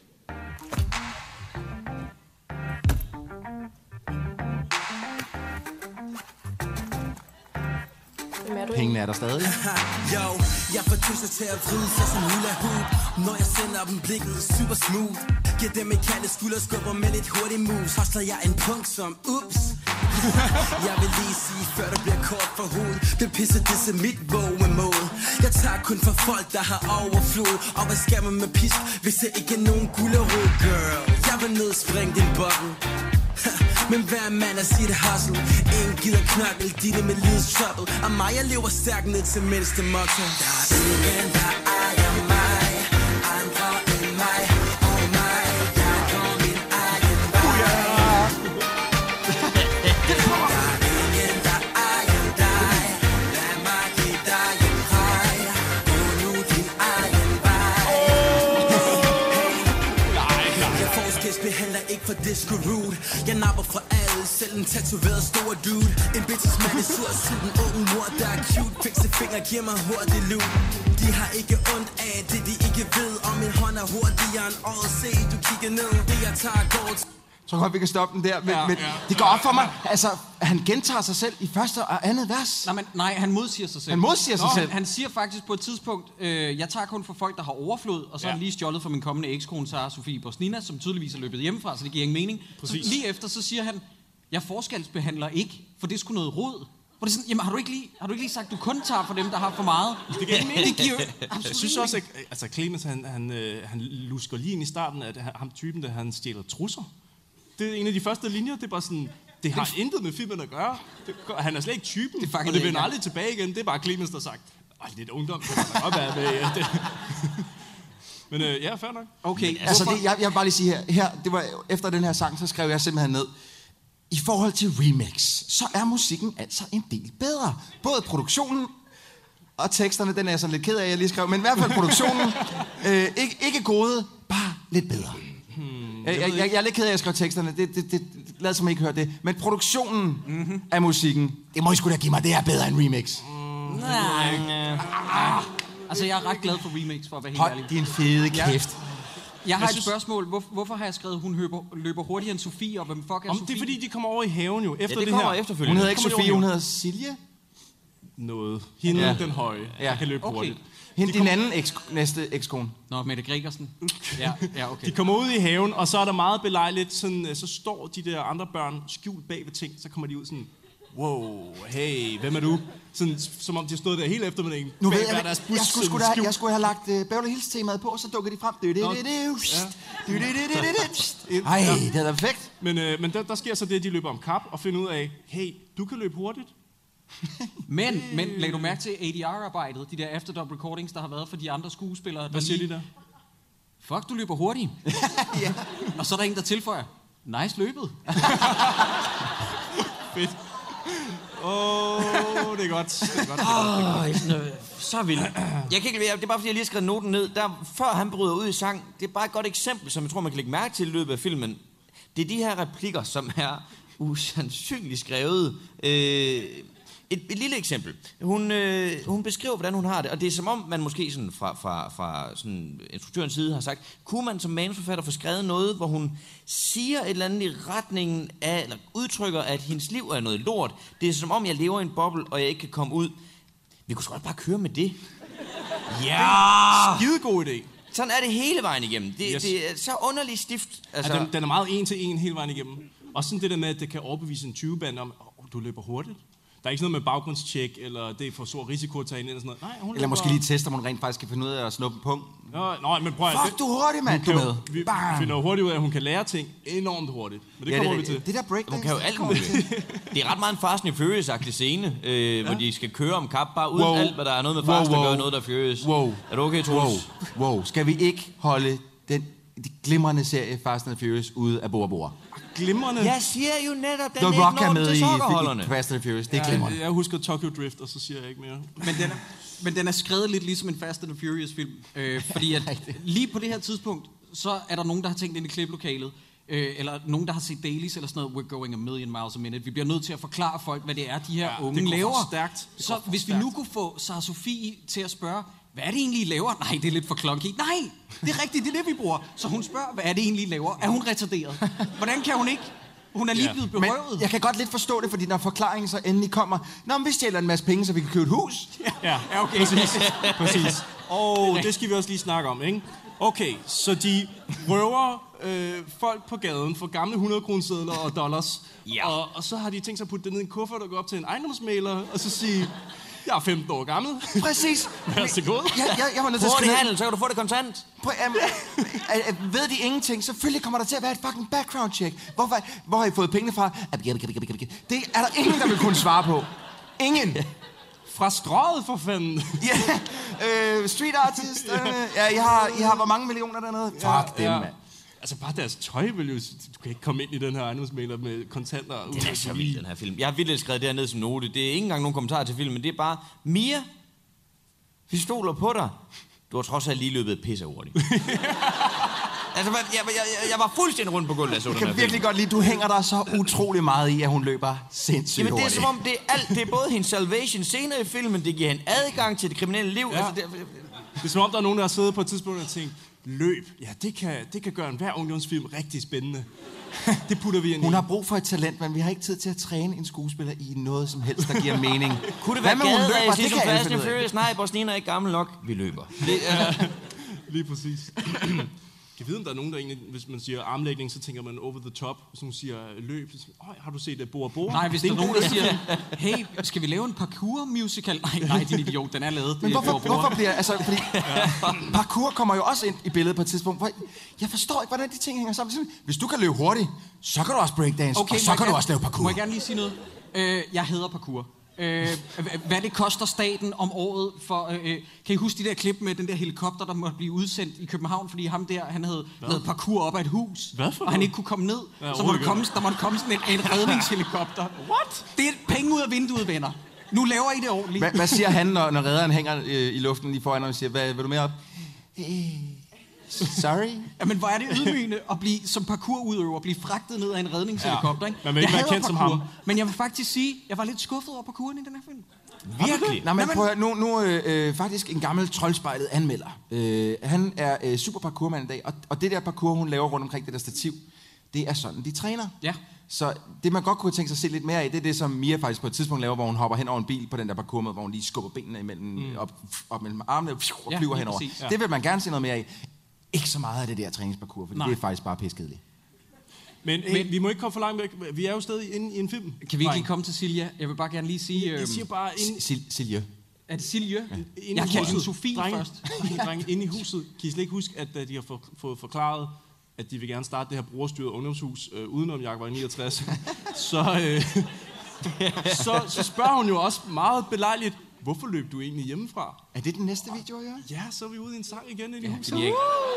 Pengene er der stadig. Yo, jeg får tøser til at vride sig som hula hoop. Når jeg sender dem blikket super smooth. Giver dem en kalde skulderskubber med lidt hurtig moves. Hostler jeg en punk som ups. Jeg vil lige sige, før der bliver kort for hovedet. Det pisser, det er mit vågemål. Jeg tager kun for folk, der har overflod. Og hvad skal man med pisk, hvis jeg ikke er nogen gulerod, girl? Jeg vil nedspringe din bokken. Men hver mand er sit hustle. Ingen gider knokkel, de det med livets trouble. Og mig, jeg lever stærkt ned til mindste motto. Der er ingen, der ejer mig. Andre end mig. Oh my, jeg går min egen vej. Der er ingen, der ejer dig. Lad mig give dig en hej. Gå nu din egen vej. Jeg forskelsbehandler ikke for det sgu rude. Jeg napper fra alle, selv en tatoveret stor dude. En bitches mand er sur, en ung mor, der er cute. Fikse fingre, giver mig hurtig loot. De har ikke ondt af det, de ikke ved. Og min hånd er hurtigere end året. Se, du kigger ned, det jeg tager går. Så godt, vi kan stoppe den der. Men det går op for mig. Altså, han gentager sig selv i første og andet vers. Nej, han modsiger sig selv. Han modsiger sig selv? Han siger faktisk på et tidspunkt, jeg tager kun for folk, der har overflod, og så har han lige stjålet for min kommende ekskone, Sara Sofie Bosnina, som tydeligvis er løbet hjemmefra, så det giver ingen mening. Præcis. Så lige efter, så siger han, jeg forskelsbehandler ikke, for det er sgu noget rod. Hvor det er sådan, jamen har du ikke lige sagt, du kun tager for dem, der har for meget? Det giver ingen mening. Jeg synes også, at Clemens, han lusker lige ind i starten, at ham typen, der han stjæler trusser. Det er en af de første linjer, det er bare sådan, det har intet med filmen at gøre. Han er slet ikke typen, og det vender aldrig tilbage igen. Det er bare Clemens, der har sagt, lidt ungdom, det kan da godt være med det. Men ja, fair nok. Okay, altså jeg vil bare lige sige her, det var efter den her sang, så skrev jeg simpelthen ned, i forhold til remix, så er musikken altså en del bedre. Både produktionen og teksterne, den er jeg sådan lidt ked af, jeg lige skrev, men i hvert fald produktionen, ikke gode, bare lidt bedre. Jeg er lidt ked af, at jeg skrev teksterne. Lad som ikke høre det. Men produktionen af musikken, det må I sgu da give mig, det er bedre end remix. Altså, jeg er ret glad for remix, for at være helt ærlig. Hold din fede kæft. Jeg har et spørgsmål. Hvorfor har jeg skrevet, hun løber hurtigere end Sofie, og hvem fuck er Sofie? Det er fordi, de kommer over i haven jo, efter det kommer her. Efterfølgende. Hun hedder ikke Sofie, hun hedder Silje. Noget. Hende, den høje, der kan løbe hurtigt. Hende din anden næste ekskone. Nå, Mette Gregersen. Ja, okay. De kommer ud i haven, og så er der meget belejligt, sådan, så står de der andre børn skjult bag ved ting, så kommer de ud sådan, wow, hey, hvem er du? Sådan, som om de stod der hele eftermiddagen. Nu ved jeg skulle have lagt Beverly Hills-temaet på, og så dukker de frem. Ej, det er da perfekt. Men der sker så det, at de løber om kap og finder ud af, hey, du kan løbe hurtigt. Men læg du mærke til ADR-arbejdet, de der after-dub recordings, der har været for de andre skuespillere. Hvad siger de der? Fuck, du løber hurtigt. Ja. Og så er der en, der tilføjer, nice løbet. Fedt. Det er godt. Så vildt. Jeg kan ikke levere, det er bare fordi, jeg lige har skrevet noten ned. Før han bryder ud i sang, det er bare et godt eksempel, som jeg tror, man kan lægge mærke til i løbet af filmen. Det er de her replikker, som er usandsynligt skrevet. Et lille eksempel. Hun beskriver, hvordan hun har det, og det er som om, man måske sådan fra sådan instruktørens side har sagt, kunne man som manusforfatter få skrevet noget, hvor hun siger et eller andet i retningen af, eller udtrykker, at hendes liv er noget lort. Det er som om, jeg lever i en boble, og jeg ikke kan komme ud. Vi kunne sgu godt bare køre med det. Ja! Skidegod idé. Sådan er det hele vejen igennem. Det er så underligt stift. Altså. Ja, den er meget en til en hele vejen igennem. Og sådan det der med, at det kan overbevise en 20-band om, du løber hurtigt. Der er ikke sådan noget med baggrundstjek, eller det er for stor risiko at tage ind, eller sådan noget. Nej, eller måske lige teste, om hun rent faktisk kan finde ud af at snuppe en punkt. Nej, men prøv at... Fuck, du er hurtig, mand, du med. Vi finder hurtigt ud af, at hun kan lære ting enormt hurtigt. Men det kommer vi til. Det der breakdance, hun kan jo alt muligt. Det er ret meget en Fast and Furious-agtig scene, hvor de skal køre om kap, bare uden alt, hvad der er noget med Fast, der gør noget, der er Furious. Er du okay, Troels? Wow. Skal vi ikke holde de glimrende serie Fast and Furious ude af Bora Bora? Glimrende. Jeg siger jo netop, den The Rock er med i Fast and Furious. Det er glimrende. Jeg husker Tokyo Drift, og så siger jeg ikke mere. Men den er skrevet lidt ligesom en Fast and Furious film. Fordi at lige på det her tidspunkt, så er der nogen, der har tænkt ind i kliplokalet, eller nogen, der har set dailies eller sådan noget, we're going a million miles a minute. Vi bliver nødt til at forklare folk, hvad det er, de her unge laver. Stærkt. Så hvis vi nu kunne få Sara Sofie til at spørge, hvad er det egentlig, I laver? Nej, det er lidt for clunky. Nej, det er rigtigt, det er det, vi bruger. Så hun spørger, hvad er det egentlig, I laver? Er hun retarderet? Hvordan kan hun ikke? Hun er lige blevet berøvet. Men jeg kan godt lidt forstå det, fordi når forklaringen så endelig kommer, nå, men vi stjæler en masse penge, så vi kan købe et hus. Ja, okay. Præcis. Og det skal vi også lige snakke om, ikke? Okay, så de røver folk på gaden for gamle 100-kronesedler og dollars. Ja. Og så har de tænkt sig at putte det ned i en kuffert og gå op til en ejendomsmægler og så sige, jeg er 15 år gammel. Præcis. Vær så god. Jeg var nødt til at skrive handel, så kan du få det kontant. Ved de ingenting? Selvfølgelig kommer der til at være et fucking background check. Hvor har I fået pengene fra? Det er der ingen, der vil kunne svare på. Ingen. Fra strøget, for fanden. Ja, street artist. I har hvor mange millioner dernede? Fuck dem, mand. Altså bare deres tøj vil jo... Du kan ikke komme ind i den her ejendomsmægler med kontanter. Det er så vildt, den her film. Jeg har virkelig skrevet det her ned som note. Det er ikke engang nogen kommentarer til filmen, det er bare... Mia, vi stoler på dig. Du har trods alt lige løbet pisse hurtigt. Altså, jeg var fuldstændig rundt på gulvet. Jeg kan virkelig godt lide, du hænger der så utrolig meget i, at hun løber sindssygt hurtigt. Jamen, det er som om, det er alt. Det er både hendes salvation senere i filmen, det giver hende adgang til det kriminelle liv. Ja. Altså, det er som om, der er nogen, der har siddet på et tidspunkt og tænkt, løb, ja, det kan gøre enhver ungdomsfilm rigtig spændende. Det putter vi ind i. Hun har brug for et talent, men vi har ikke tid til at træne en skuespiller i noget som helst, der giver mening. Kunne det være gaderæs, ligesom Fast and Furious? Nej, Bosnien er ikke gammel nok. Vi løber. Lige præcis. Jeg ved, om der er nogen, der egentlig, hvis man siger armlægning, så tænker man over the top. Hvis nogen siger løb, så siger har du set Bora? Nej, hvis der er nogen, der siger, hey, skal vi lave en parkour-musical? Nej, din idiot, den er lavet. Men hvorfor bliver... Altså, fordi parkour kommer jo også ind i billedet på et tidspunkt. Jeg forstår ikke, hvordan de ting hænger sammen. Hvis du kan løbe hurtigt, så kan du også breakdance, okay, og så kan du også lave parkour. Må jeg gerne lige sige noget? Jeg hader parkour. Hvad det koster staten om året for... kan I huske de der klip med den der helikopter, der måtte blive udsendt i København, fordi ham der, han havde lavet parkour op af et hus, og han ikke kunne komme ned, ja, så der måtte komme sådan en redningshelikopter. What? Det er penge ud af vinduet, venner. Nu laver I det ordentligt. Hvad siger han, når redderen hænger i luften lige foran, og siger, vil du mere op? Sorry? Jamen, hvor er det ydmygende at blive som parkourudøver, blive fragtet ned af en redningshelikopter, ikke? Man vil ikke være kendt som ham. Men jeg vil faktisk sige, jeg var lidt skuffet over parkouren i den her film. Virkelig? Nej, men prøv nu faktisk en gammel troldspejlet anmelder. Han er super parkourmand i dag, og det der parkour, hun laver rundt omkring det der stativ, det er sådan, de træner. Ja. Så det, man godt kunne tænke sig at se lidt mere af, det er det, som Mia faktisk på et tidspunkt laver, hvor hun hopper hen over en bil på den der parkour, hvor hun lige skubber benene imellem, op mellem armene og flyver henover. Ja. Det vil man gerne se noget mere af. Ikke så meget af det der træningsparkour, for det er faktisk bare piskedeligt. Men vi må ikke komme for langt væk. Vi er jo stadig inde i en film. Kan vi ikke lige komme til Silja? Jeg vil bare gerne lige sige... Jeg siger bare... Silje. Er det Silje? Ja. Jeg kalder hende Sofie først. Drenge, inde i huset. Kan I slet ikke huske, at de har fået forklaret, at de vil gerne starte det her brugerstyrede ungdomshus udenom Jaguar 69. Så spørger hun jo også meget belejligt, hvorfor løb du egentlig hjemmefra? Er det den næste video, jeg gør? Ja, så er vi ude i en sang igen inde i huset.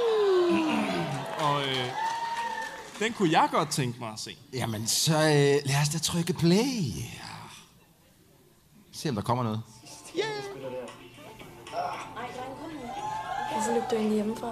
Og den kunne jeg godt tænke mig at se. Jamen, så lad os da trykke play. Se, om der kommer noget. Yeah! Hvorfor løb du egentlig hjemmefra?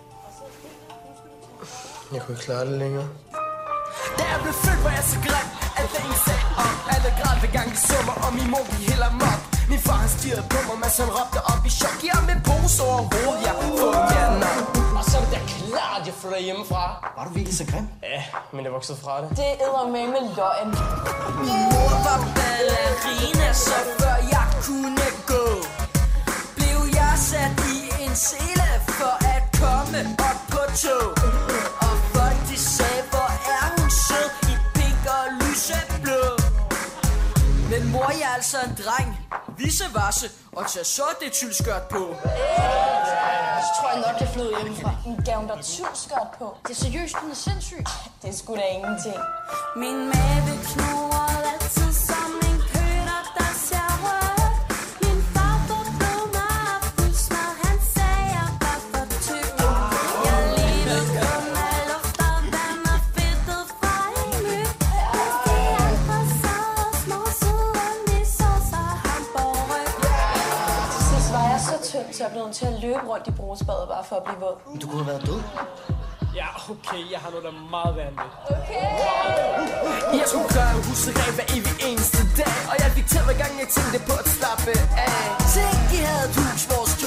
Jeg kunne ikke klare det længere. Da jeg blev født, var jeg så grim, at det ikke sagde om. Alle græd ved gang de så mig, og min mor gik helt amok. Min far han stirrede på mig, mens han råbte op i chok. Giv ham en pose over hovedet, jeg får mere nok. Og så er det da klart, at jeg flytter hjemmefra. Var du virkelig så grim? Ja, men jeg voksede fra det. Det æder med løgn. Min mor var ballerina, så før jeg kunne gå, blev jeg sat i en sele for at komme op på tog. Og folk de sagde, hvor er hun sød i pink og lyseblå. Men mor, jeg er altså en dreng, visevasse og tager så det tyldskørt på. Så tror jeg nok, jeg flød hjemmefra. Men gav hun der tyldskørt på? Det er seriøst, hun er sindssyg. Det er sgu da ingenting. Min mave knurrede altid som en køter, der ser rødt. Min far forbrød mig af fuldsmad, han sagde, jeg var for tyk. Jeg levede kun af luft og vand og fedtet fra en myg. Mens de andre sad og småsede rundt i sauce og hamburgerryg. Til sidst var jeg så tynd, så jeg blev nødt til at løbe rundt i brugsbadet bare for at blive våd. Du kunne have været død. Ja, okay, jeg har noget, der er meget værre end det. Okay. Jeg skulle gøre en husregel hver evig eneste dag, og jeg fik til hver gang jeg tænkte på at slappe af. Tænk, I havde et hus, hvor stod man skrev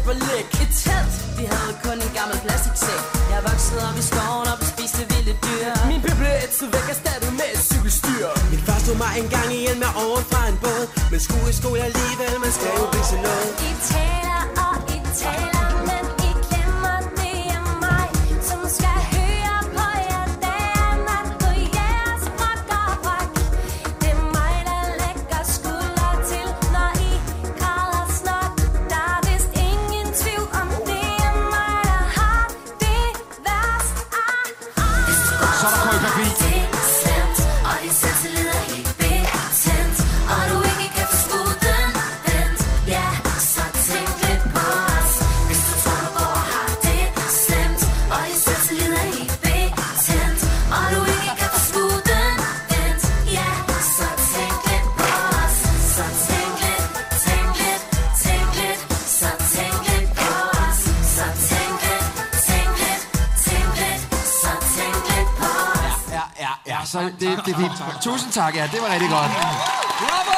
kæft hvor læk. Et telt, vi havde kun en gammel plastiksæk. Jeg voksede op i skoven og bespiste vilde dyr. Min bil blev ætset væk erstattet med et cykelstyr. Min far stod mig engang ihjel med oven fra en båd. Men skulle i skole alligevel, man skal jo blive sådan noget. I taler og I taler, men I glemmer det er mig, som skal høre på jer dag og nat på jeres brok og bræk. Det er mig, der lægger skulder til, når I græder snot. Der er vist ingen tvivl om, det er mig, der har det værst. Så er der koreografi. Det er slemt, og din selvtillid er helt betændt, og du ikke kan forstå den vent. Ja, så tænk lidt på os, hvis du tror, du går og har det slemt, og din selvtillid er helt betændt, og du ikke kan forstå den vent. Ja, så tænk lidt på os, så tænk lidt, tænk lidt, tænk lidt, så tænk lidt på os, så tænk lidt, tænk lidt, tænk lidt, så tænk lidt på os. Ja, så det er fint. Tusind tak, ja, det var rigtig godt. Bravo!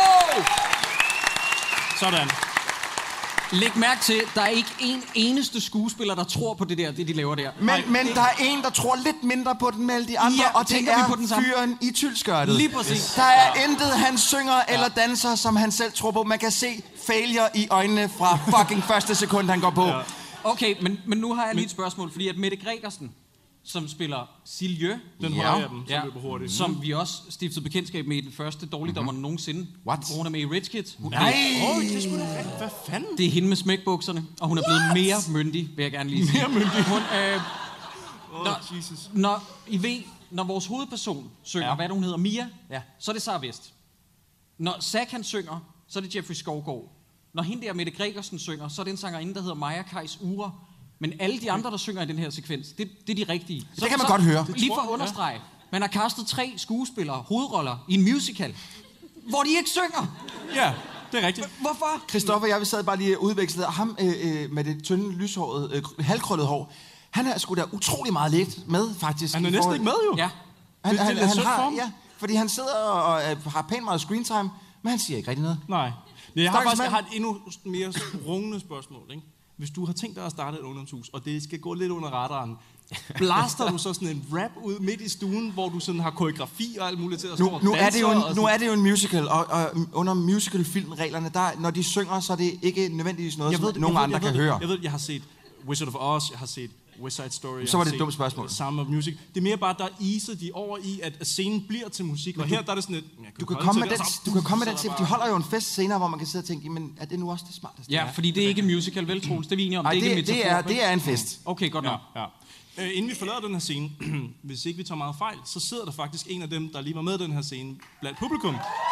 Sådan. Læg mærke til, der er ikke en eneste skuespiller, der tror på det der, det de laver der. Men der er en, der tror lidt mindre på den med alle de andre, Ja, og det tænker vi på den er samme? fyren i tyldskørtet. Lige præcis. Der er intet, han synger eller danser, som han selv tror på. Man kan se failure i øjnene fra fucking første sekund, han går på. Ja. Okay, men nu har jeg lige et spørgsmål, fordi at Mette Gregersen, som spiller Silje, Den hører jeg dem, som løber hurtigt. som vi også stiftede bekendtskab med i den første dårligdommerne nogensinde. What? Hvor hun er med i Rich Kids. Nej! Det er sgu da rigtigt. Hvad fanden? Det er hende med smækbukserne, og hun er blevet mere myndig, vil jeg gerne lige sige. Mere myndig? Hun, Jesus. når I ved, når vores hovedperson synger, hvad er det, hun hedder, Mia, så er det Sara Vest. Når Zack han synger, så er det Jeffrey Skovgaard. Når hende der Mette Gregersen synger, så er det en sangerinde, der hedder Maja Kajs Ure. Men alle de andre, der synger i den her sekvens, det er de rigtige. Det kan man godt høre. Lige for at understrege, man har castet 3 skuespillere, hovedroller, i en musical, hvor de ikke synger. Ja, det er rigtigt. Hvorfor? Christoffer, jeg sad bare lige udvekslet, og ham med det tynde, lyshårede, halvkrøllet hår, han er sgu da utrolig meget lidt med, faktisk. Han er næsten ikke med, jo. Ja. Han det er sødt for ham. ja, fordi han sidder og har pænt meget screen time, men han siger ikke rigtig noget. Nej. Jeg har Stakkels faktisk mand. et endnu mere rungende spørgsmål, ikke? Hvis du har tænkt dig at starte et ungdomshus, og det skal gå lidt under radaren, blaster du så sådan en rap ud midt i stuen, hvor du sådan har koreografi og alt muligt til at stå og danse? Nu er det jo en musical, og under musicalfilmreglerne, der, når de synger, så er det ikke nødvendigvis noget, som nogen andre kan høre. Jeg har set Wizard of Oz, jeg har set West Side Story. Så var det et dumt spørgsmål. Sound of Music. Det er mere bare, der iser de over i, at scenen bliver til musik, og her der er det sådan et... Du kan komme med den til, de holder jo en fest senere, hvor man kan sidde og tænke, men er det nu også det smarteste? Ja, fordi det er ikke en musical, vel, Troels? Det er vi enige om. Nej, det er ikke en det er en fest. Okay, godt nok. Ja. Inden vi forlader den her scene, hvis ikke vi tager meget fejl, så sidder der faktisk en af dem, der lige var med i den her scene, blandt publikum.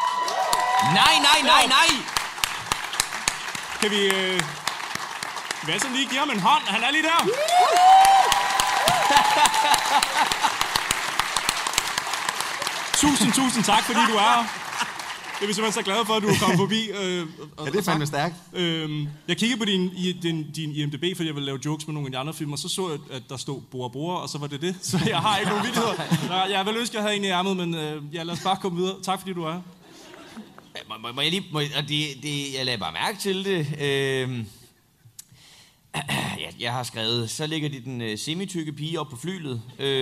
Nej! Kan vi... Hvad så lige give ham en hånd? Han er lige der. Tusind tak, fordi du er her. Det er vi simpelthen så glade for, at du er kommet forbi. Ja, det er fandme stærkt. Jeg kiggede på din IMDb, fordi jeg ville lave jokes med nogle af de andre film, og så så jeg, at der stod Bora, og så var det det. Så jeg har ikke nogen vittigheder. Jeg vil ønske, at jeg havde en i ærmet, men lad os bare komme videre. Tak, fordi du er her. Må jeg lige... jeg lagde bare mærke til det. Jeg har skrevet, så ligger de den semitykke pige op på flylet.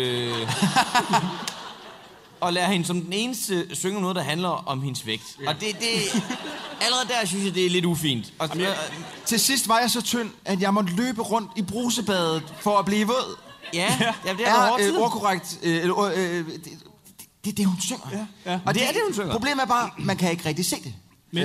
Og lærer hende som den eneste synge om noget, der handler om hendes vægt. Ja. Og det allerede der synes jeg, det er lidt ufint. Og, til sidst var jeg så tynd, at jeg måtte løbe rundt i brusebadet for at blive våd. Ja, det er ordkorrekt. Det er det, hun synger. Ja. Og det er det, hun synger. Problemet er bare, man kan ikke rigtig se det. Men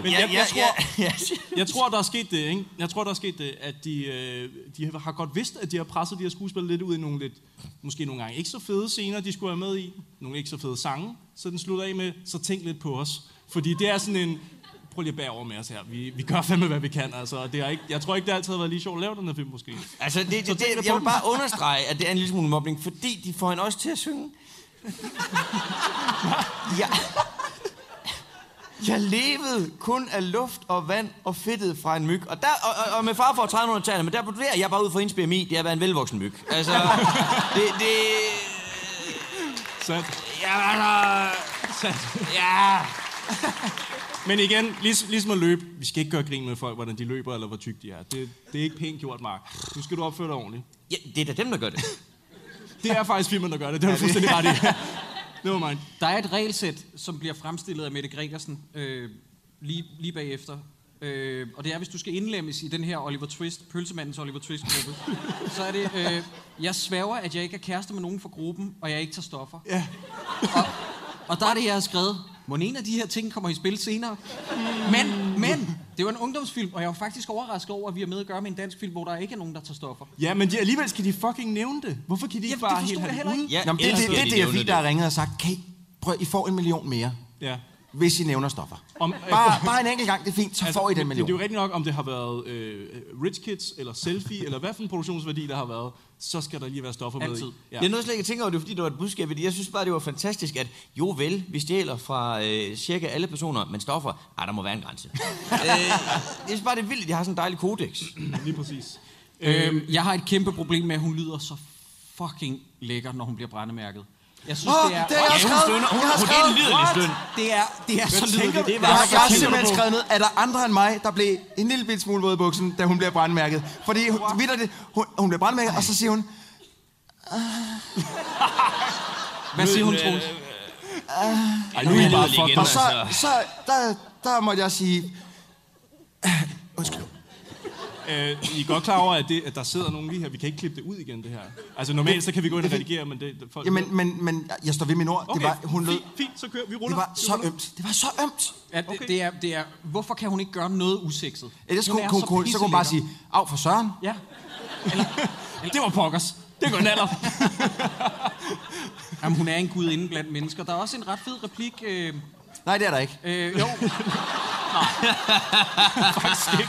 jeg tror, der er sket det, ikke? Jeg tror, der er sket det, at de har godt vidst, at de har presset de her skuespillere lidt ud i nogle lidt, måske nogle gange ikke så fede scener, de skulle være med i. Nogle ikke så fede sange. Så den slutter af med, så tænk lidt på os. Fordi det er sådan en, prøv lige at bære over med os her. Vi gør fandme, hvad vi kan. Altså, det er ikke, jeg tror ikke, det altid har været lige sjovt at lave den her film, måske. Altså, jeg vil bare understrege, at det er en lille smule mobbning, fordi de får hende også til at synge. Jeg levede kun af luft og vand og fedtet fra en myg. Og med far for at træde nogle tæerne, men der vurderer jeg bare ud fra hendes BMI, det er at være en velvoksen myg. Altså, Sandt. Ja, altså... Sandt. Ja... Men igen, ligesom at løbe. Vi skal ikke gøre grin med folk, hvordan de løber, eller hvor tyk de er. Det er ikke pænt gjort, Mark. Nu skal du opføre dig ordentligt. Ja, det er da dem, der gør det. Det er faktisk filmen, der gør det. Det er du fuldstændig ret i. Det var mig. Der er et regelsæt, som bliver fremstillet af Mette Gregersen lige bagefter. Og det er, hvis du skal indlemmes i den her Oliver Twist, pølsemandens Oliver Twist-gruppe, så er det, jeg sværger, at jeg ikke er kærester med nogen fra gruppen, og jeg ikke tager stoffer. Ja. Og der er det, jeg har skrevet, må en af de her ting kommer i spil senere. Men, det var en ungdomsfilm, og jeg var faktisk overrasket over, at vi er med at gøre med en dansk film, hvor der ikke er nogen, der tager stoffer. Ja, men alligevel skal de fucking nævne det. Hvorfor kan de ikke bare helt have det ude? Ja, det er DFI, der har ringet og sagt, prøv, I får 1 million mere. Ja. Hvis I nævner stoffer. Bare en enkelt gang, det er fint, så får I den million. Det er jo rigtigt nok, om det har været Rich Kids, eller Selfie, eller hvad for en produktionsværdi der har været, så skal der lige være stoffer med i. Ja. Jeg nåede slet ikke at tænke over det, fordi det var et budskab. Jeg synes bare, det var fantastisk, at jo vel, vi stjæler fra cirka alle personer, men stoffer, der må være en grænse. Jeg synes bare, det er vildt, at de har sådan en dejlig kodex. Lige præcis. Jeg har et kæmpe problem med, at hun lyder så fucking lækker, når hun bliver brændemærket. Jeg synes, det er... Det er jeg skrevet. Det er så lydeligt. Jeg har simpelthen skrevet ned, at der andre end mig, der blev en lille bit smule våd i buksen, da hun bliver brandmærket. Fordi hun bliver brandmærket, og så siger hun... Hvad siger hun, Troels? Nu er jeg bare fucking... Og så der måtte jeg sige... Undskyld. I er godt klar over, at der sidder nogen lige her. Vi kan ikke klippe det ud igen, det her. Altså normalt, så kan vi gå ind og redigere, men det... Folk... Men jeg står ved min ord. Okay, det var, hun lød... fint, så kører vi. Ruller. Det var så ømt. Det var så ømt. Ja, det er, hvorfor kan hun ikke gøre noget usekset? Ellers så kunne hun bare sige, af for Søren. Ja. Eller, det var pokkers. Det går naller. Jamen, hun er en gudinde blandt mennesker. Der er også en ret fed replik. Nej, det er der ikke. Jo. Nej. Faktisk ikke.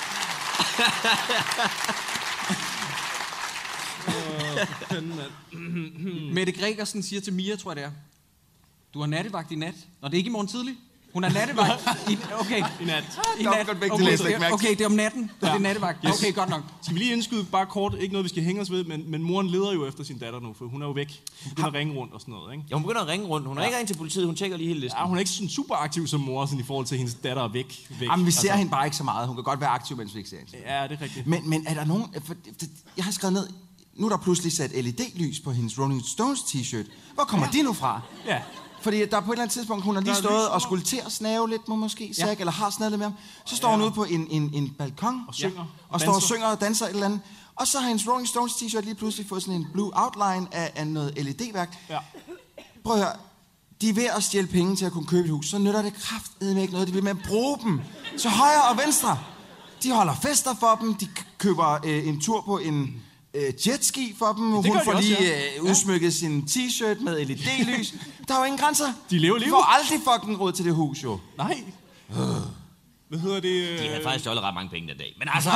Mette Gregersen siger til Mia, tror jeg det er, du har nattevagt i nat. Nå, det er ikke i morgen tidlig. Hun har nattevagt i nat. I nat. Okay, det er om natten. Ja. Det er nattevagt. Yes. Okay, godt nok. Skal vi lige indskyde bare kort, ikke noget vi skal hænge os ved, men moren leder jo efter sin datter nu, for hun er jo væk. Hun begynder at ringe rundt og sådan noget, ikke? Ja, hun begynder at ringe rundt. Hun er ikke ringet til politiet, hun tjekker lige hele listen. Ja, hun er ikke sådan super aktiv som mor, sådan i forhold til, at hendes datter er væk. Jamen, vi ser hende bare ikke så meget. Hun kan godt være aktiv, mens vi ikke ser hende. Ja, det er rigtigt. Men er der nogen... Jeg har skrevet ned... Nu er der pludselig sat LED-lys på hendes Rolling Stones t-shirt. Hvor kommer de nu fra? Ja. Fordi der på et eller andet tidspunkt, hun har lige stået og skulle til at snave lidt, måske, eller har snavet lidt med ham. Så står hun ude på en balkon og synger. Og står og synger og danser et eller andet. Og så har hendes Rolling Stones t-shirt lige pludselig fået sådan en blue outline af noget LED-værk. Ja. Prøv at høre. De er ved at stjæle penge til at kunne købe et hus. Så nytter det kraftedeme ikke noget. De vil med at bruge dem til højre og venstre. De holder fester for dem. De køber en tur på en... jetski for dem. Hun får lige udsmykket sin t-shirt med LED-lys. Der er jo ingen grænser. De lever liv. De får aldrig fucking råd til det hus, jo. Nej. Hvad hedder det? De havde faktisk stjålet ret mange penge den dag. Men altså...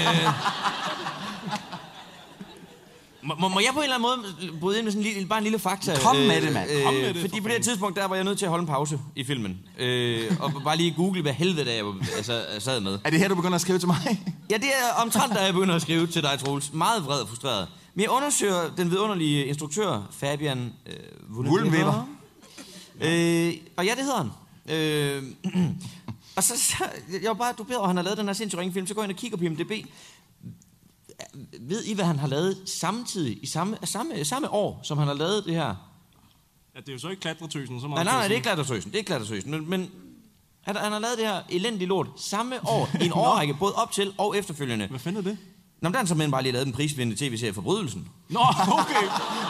Må jeg på en eller anden måde bryde ind med sådan bare en lille fakta? Kom med det, mand. Kom med det. Fordi på det her tidspunkt, der var jeg nødt til at holde en pause i filmen. Og bare lige google, hvad helvede jeg sad med. Er det her, du begynder at skrive til mig? Ja, det er omtrent, da jeg begynder at skrive til dig, Troels. Meget vred og frustreret. Men jeg undersøger den vidunderlige instruktør, Fabian Wullenweber. Og ja, det hedder han. Og så jeg var bare duperet, og han har lavet den her sindssygt ringe film. Så går jeg ind og kigger på IMDb. Ved I, hvad han har lavet samtidig, i samme år, som han har lavet det her? Ja, det er jo så ikke Klatretøsen. Nej, det er ikke Klatretøsen. Det er ikke Klatretøsen. Men han har lavet det her elendige lort samme år, i en årrække, både op til og efterfølgende. Hvad fanden er det? Nå, men der har han simpelthen bare lige lavet den prisvindende tv-serie Forbrydelsen. Nå, okay.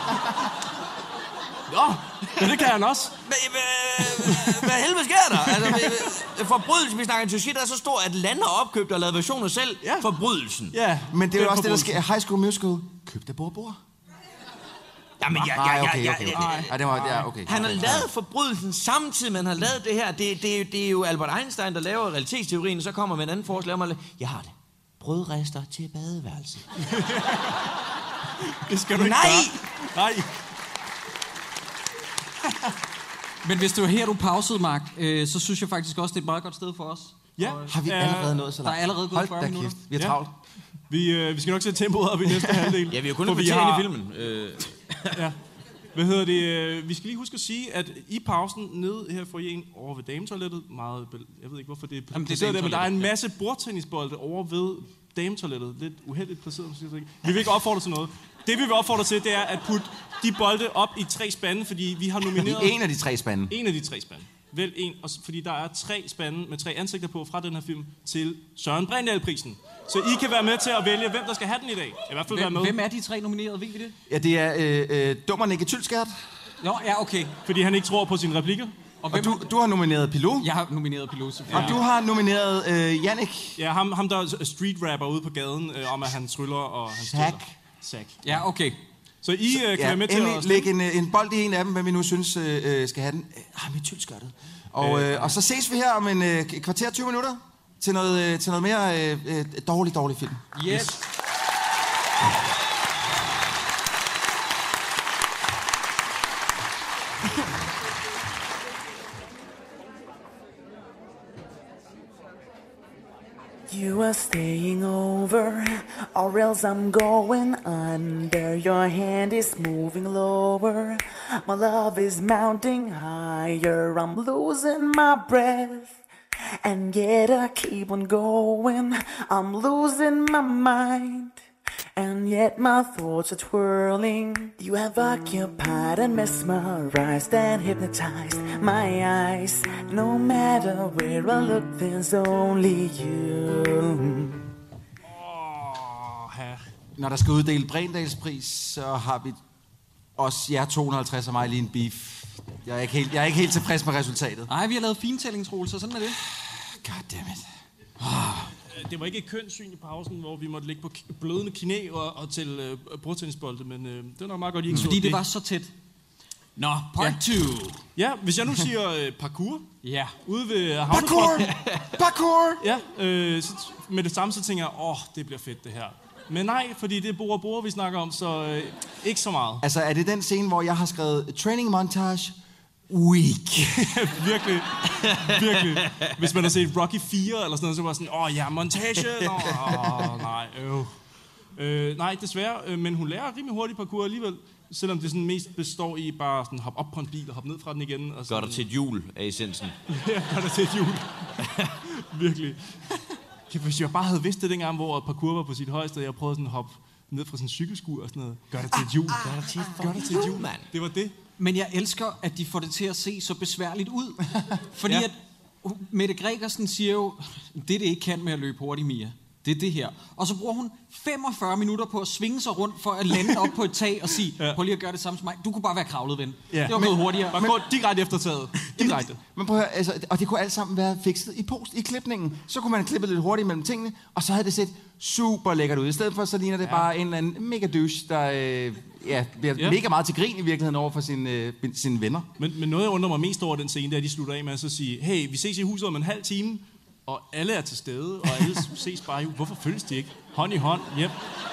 Nå, ja, det kan han også. Hvad helvede sker der? Altså, Forbrydelsen, vi snakker en sushi, der er så stor, at lande har opkøbt og lavet versioner selv. Ja. Forbrydelsen. Ja, men det er jo også det, der sker. High School Musical. Køb det bord. Jamen, okay. Han har lavet Forbrydelsen samtidig, man har lavet det her. Det er jo Albert Einstein, der laver realitetsteorien, og så kommer med en anden forslag om at jeg har det. Brødrester til badeværelset. Det skal du ikke gøre. Nej. Men hvis det var her, du pausede, Mark, så synes jeg faktisk også, det er et meget godt sted for os. Ja. Har vi allerede nået så langt? Der er allerede gået 40 minutter. Vi er travlt. Vi skal nok sætte tempoet op i næste halvdel. Ja, vi har kun inviteret ind i filmen. Ja. Vi skal lige huske at sige, at i pausen nede her for en over ved dametoilettet, jeg ved ikke hvorfor det er placeret der, men der er en masse bordtennisbolde over ved dametoilettet. Lidt uheldigt placeret, måske. Vi vil ikke opfordre til noget. Det vi vil opfordre til, det er at putte de bolde op i 3 spande, fordi vi har nomineret... En af de 3 spande. En af de 3 spande. Vælg en, fordi der er 3 spande med 3 ansigter på fra den her film til Søren Bredahl-prisen. Så I kan være med til at vælge, hvem der skal have den i dag. I hvert fald være med. Hvem er de 3 nominerede? Ved vi det? Ja, det er Dummer Nikke Tylskært. Nå, ja, okay. Fordi han ikke tror på sine replikker. Og du har nomineret Pilou. Jeg har nomineret Pilou. Og du har nomineret Jannik. Ja, ham der er street rapper ude på gaden, om at han tryller og han støtter. Zach. Ja, okay. Så I kan være med til at... Lægge en bold i en af dem, hvem vi nu synes skal have den. Med Tylskørtet. Og så ses vi her om en kvarter 20 minutter til noget mere dårlig film. Yes. You are staying over, or else I'm going under. Your hand is moving lower, my love is mounting higher. I'm losing my breath, and yet I keep on going. I'm losing my mind, and yet my thoughts are twirling. You have occupied and mesmerized and hypnotized my eyes. No matter where I look, there's only you. Når der skal uddele Brendalspris, så har vi også jer 250 og mig lige en beef. Jeg er ikke helt tilfreds med resultatet. Nej, vi har lavet fintællingsrulle, så sådan er det. Goddammit. Det var ikke et kønssyn i pausen, hvor vi måtte ligge på blødende knæ og til bordtennisbolde, men det var nok meget godt, I ikke så fordi det var så tæt. Nå, part 2. Ja, hvis jeg nu siger parkour. Ja. Ude ved havnefronten. Parkour! Ja, med det samme så tænker jeg, det bliver fedt det her. Men nej, fordi det er Bora, vi snakker om, så ikke så meget. Altså, er det den scene, hvor jeg har skrevet training montage week? virkelig. Hvis man har set Rocky 4 eller sådan noget, så var sådan, ja, montage. Nej, desværre. Men hun lærer rimelig hurtigt parkour alligevel. Selvom det sådan mest består i bare sådan hoppe op på en bil og hoppe ned fra den igen. Og gør dig til et hjul af essensen. Ja, gør dig til et hjul. Virkelig. Hvis jeg bare havde vidst det dengang, hvor parkour var på sit højeste, jeg prøvede sådan at hoppe ned fra sådan en cykelskur og sådan noget. Gør det til et hjul. Gør det til et hjul, mand. Det var det. Men jeg elsker, at de får det til at se så besværligt ud. Fordi at Mette Gregersen siger jo, det ikke kan med at løbe hurtigt, Mia. Det er det her. Og så bruger hun 45 minutter på at svinge sig rundt for at lande op på et tag og sige, prøv lige at gøre det samme som mig. Du kunne bare være kravlet, ven. Ja. Det var gået hurtigere. Man går direkte efter taget. Direkte. Men prøv at høre, altså, og det kunne alt sammen være fikset i klipningen. Så kunne man klippe lidt hurtigt mellem tingene, og så havde det set super lækkert ud. I stedet for, så ligner det bare en eller anden mega douche, der bliver mega meget til grin i virkeligheden over for sine venner. Men noget, jeg undrer mig mest over den scene, det er, at de slutter af med at så sige, hey, vi ses i huset om en halv time, og alle er til stede, og alle ses bare. Hvorfor følges de ikke? Hånd i hånd, hjem.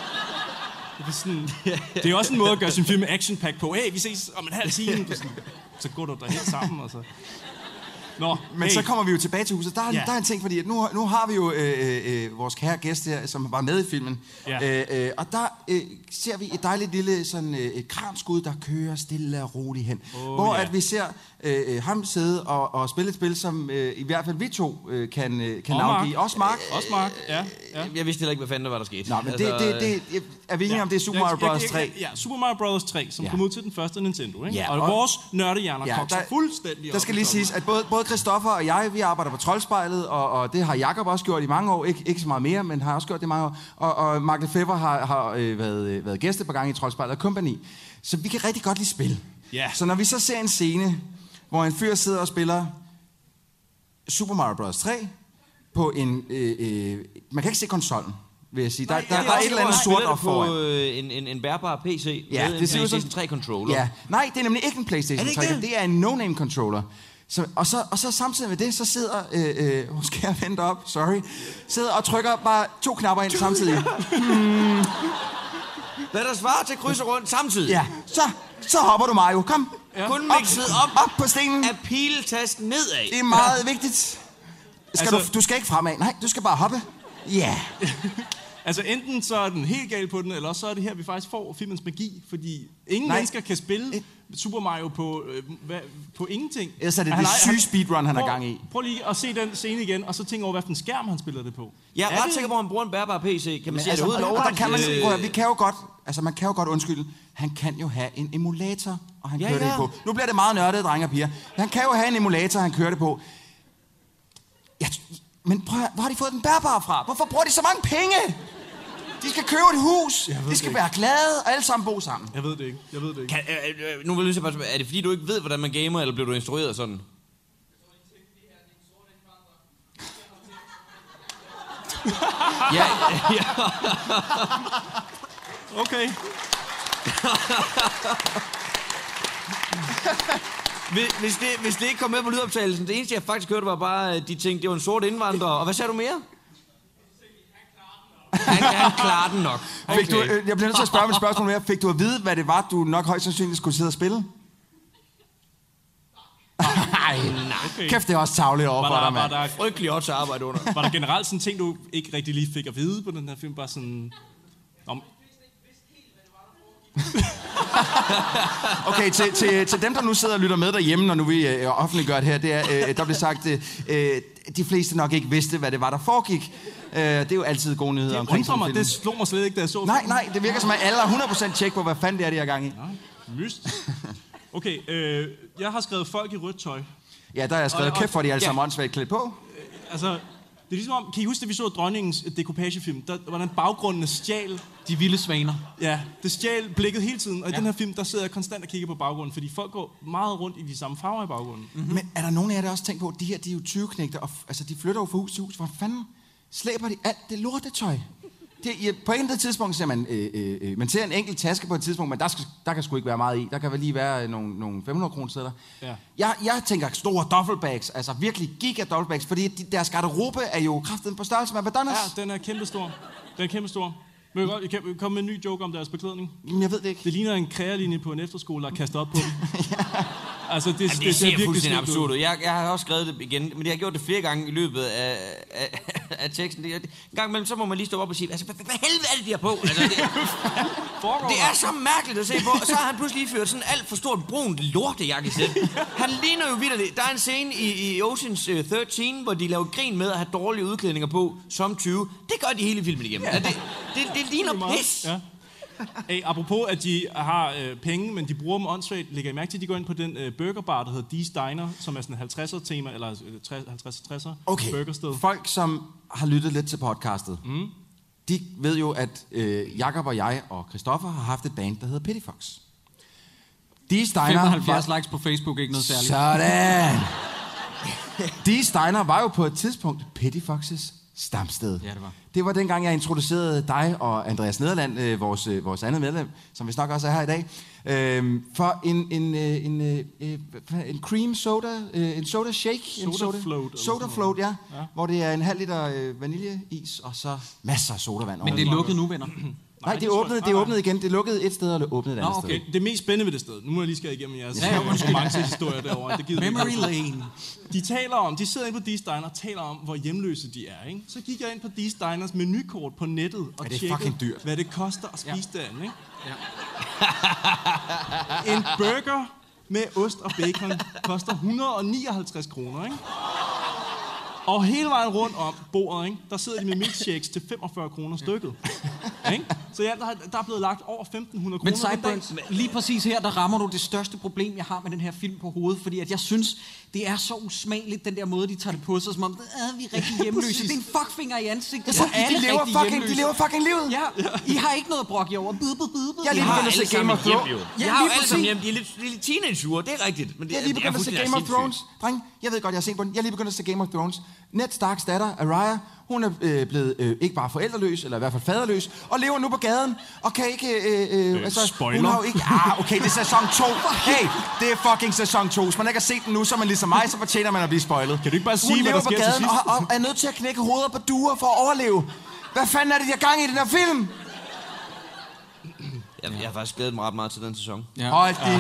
Det er også en måde at gøre sin film action-pack på. Hey, vi ses om en halv time. Så går du derhen sammen, og så... Nå, men så kommer vi jo tilbage til huset. Der er en ting, fordi at nu har vi jo vores kære gæst her, som var med i filmen. Ja. Og der ser vi et dejligt lille sådan, kranskud, der kører stille og roligt hen. Hvor at vi ser ham sidde og spille et spil, som i hvert fald vi to kan navngive. Også Mark. Også Mark, ja. Jeg vidste heller ikke, hvad fanden der var, der skete. Nå, men er vi enige om, det er Super Mario Bros. 3? Ja, Super Mario Bros. 3, som kom ud til den første Nintendo. Ikke? Ja, og vores nørdehjerner kom så fuldstændig op. Der skal lige siges, at både Christoffer og jeg, vi arbejder på Troldspejlet, og det har Jakob også gjort i mange år. Ikke så meget mere, men har også gjort det i mange år. Og Mark Lefebvre har været gæst et par gange i Troldspejlet og Company. Så vi kan rigtig godt lide spil. Yeah. Så når vi så ser en scene, hvor en fyr sidder og spiller Super Mario Bros. 3 på en... man kan ikke se konsollen, vil jeg sige. Der er et eller andet sort op foran. På en bærbar PC ja, med en PlayStation 3 controller. Ja. Nej, det er nemlig ikke en PlayStation 3. Det er en no-name controller. Og så samtidig med det, så sidder... skal jeg vente op? Sorry. Sidder og trykker bare 2 knapper ind samtidig. Lad os svare til kryds og rundt samtidig. Ja, så hopper du, Mario. Kom. Ja. Kun mixet op på stenen. Af piltasten nedad. Det er meget vigtigt. Du skal ikke fremad. Nej, du skal bare hoppe. Ja. Altså enten så er den helt galt på den, eller også så er det her, vi faktisk får filmens magi, fordi ingen mennesker kan spille Super Mario på ingenting. Ellers er det det syge speedrun, han er gang i. Prøv lige at se den scene igen, og så tænk over, hvilken skærm han spiller det på. Jeg er ret sikker på, at han bruger en bærbar PC. Kan man sige, altså, det ud? der kan man vi kan jo godt, altså man kan jo godt undskylde, han kan jo have en emulator, og han kører det på. Nu bliver det meget nørdet, drenge og piger. Han kan jo have en emulator, han kører det på. Men prøv at, hvor har de fået den bærbare fra? Hvorfor bruger de så mange penge? De skal købe et hus, de skal være glade, og alle sammen bo sammen. Jeg ved det ikke. Nu vil jeg bare spørge, er det fordi, du ikke ved, hvordan man gamer, eller blev du instrueret sådan? Ja. Okay. Hvis det ikke kom med på lydoptagelsen, det eneste, jeg faktisk hørte, var bare, de tænkte, det var en sort indvandrer. Og hvad sagde du mere? Han klarer den nok. Okay. Jeg bliver nødt til at spørge mit spørgsmål mere. Fik du at vide, hvad det var, du nok højst sandsynligt skulle sidde og spille? Nej. Okay. Kæft, det er også tarveligt overfor dig, mand. Var der frygtelig også arbejde under. Var der generelt sådan ting, du ikke rigtig lige fik at vide på den her film? Bare sådan... Okay, til dem, der nu sidder og lytter med derhjemme, når nu vi offentliggør det her, det er, der blev sagt, de fleste nok ikke vidste, hvad det var, der foregik. Det er jo altid gode nyheder omkring sådan en film. Det slog mig slet ikke, da jeg så Nej, det virker som, at alle er 100% tjek på, hvad fanden det er, de er gang i. Myst. Okay, jeg har skrevet folk i rødt tøj. Ja, der har jeg skrevet kæft for, de alle sammen åndssvagt klædt på. Det er ligesom om, kan I huske, at vi så dronningens decoupagefilm? Hvordan baggrundene stjal... De vilde svaner. Ja, det stjal blikket hele tiden. Og i den her film, der sidder jeg konstant og kigger på baggrunden, fordi folk går meget rundt i de samme farver i baggrunden. Mm-hmm. Men er der nogen af jer, der også tænkt på, at de her, de er jo 20-knægter, og altså, de flytter jo fra hus til hus. Hvor fanden slæber de alt det lortetøj? På et andet tidspunkt ser man ser en enkelt taske på et tidspunkt, men der kan sgu ikke være meget i. Der kan vel lige være nogle 500 kroner sædler. Ja. Jeg tænker store duffelbags, altså virkelig giga duffelbags, fordi deres garderobe er jo kraften på størrelse med Madonnas. Ja, den er kæmpestor. Men jeg kan komme med en ny joke om deres beklædning. Jamen, jeg ved det ikke. Det ligner en krealinje på en efterskole, der er kastet op på dem. Altså, det ser fuldstændig absurd ud. Jeg har også skrevet det igen, men jeg har gjort det flere gange i løbet af teksten. En gang imellem, så må man lige stå op og sige, altså, hvad helvede er det, de har på? Altså, det er så mærkeligt at se på. Og så har han pludselig ført sådan alt for stort brunt lortejakkesæt. Han ligner jo vitterligt. Der er en scene i Ocean's 13, hvor de laver grin med at have dårlige udklædninger på som 20. Det gør de hele filmen igennem. Ja. Det ligner pis. Ja. Hey, apropos, at de har penge, men de bruger dem åndssvagt, lægger I mærke til, at de går ind på den burgerbar, der hedder Dee's Diner, som er sådan en 50'er-tema, eller 50-60'er burgersted. Folk, som har lyttet lidt til podcastet, de ved jo, at Jakob og jeg og Christoffer har haft et band, der hedder Petty Fox. Dee's Diner 75 likes på Facebook, ikke noget særligt. Sådan! Dee's Diner var jo på et tidspunkt Petty Fox's stamsted. Ja, det var. Det var dengang, jeg introducerede dig og Andreas Nederland, vores andet medlem, som vi nok også er her i dag, for en cream soda, en soda shake. Soda float, ja. Hvor det er en halv liter vaniljeis, og så masser af sodavand. Men det er lukket nu, venner. Nej, det åbnede igen. Det lukkede et sted, og det åbnede et andet sted. Det mest spændende ved det sted, nu må jeg lige skære igennem jeres romancehistorier derovre. Det Memory lane. De sidder inde på Dee's Diner og taler om, hvor hjemløse de er, ikke? Så gik jeg ind på Dee's Diners menukort på nettet og tjekkede, hvad det koster at spise derinde, ikke? Ja. En burger med ost og bacon koster 159 kroner, ikke? Og hele vejen rundt om bordet, ikke, der sidder de med milkshakes til 45 kroner stykket. Ikke? Så ja, der er blevet lagt over 1.500 kroner. Men Sideburns, lige præcis her, der rammer du det største problem, jeg har med den her film på hovedet. Fordi at jeg synes, det er så usmageligt, den der måde, de tager det på sig, som om, vi er rigtig hjemløse. Det er en fuckfinger i ansigtet. De lever fucking livet. Ja. I har ikke noget at brokke jer over. Jeg lige begyndt at se Game of Thrones. Jeg har jo alle sammen hjem. De er lidt teenage-ure, det er rigtigt. Men jeg lige begyndt at se Game of Thrones. Dreng, jeg ved godt, jeg har set på den. Jeg lige begyndt at se Game of Thrones. Ned Starks datter, Arya, hun er blevet ikke bare forældreløs, eller i hvert fald faderløs, og lever nu på gaden, og kan ikke... spoiler. Hun har jo ikke... Okay, det er sæson 2. Hey, det er fucking sæson 2. Hvis man ikke har set den nu, så er man ligesom mig, så fortjener man at blive spoilet. Kan du ikke bare sige, hun hvad der sker til sidst? Hun lever på gaden og er nødt til at knække hoveder på duer for at overleve. Hvad fanden er det, de har gang i den her film? Jamen, jeg har faktisk glædet mig ret meget til den sæson. Ja. Hold det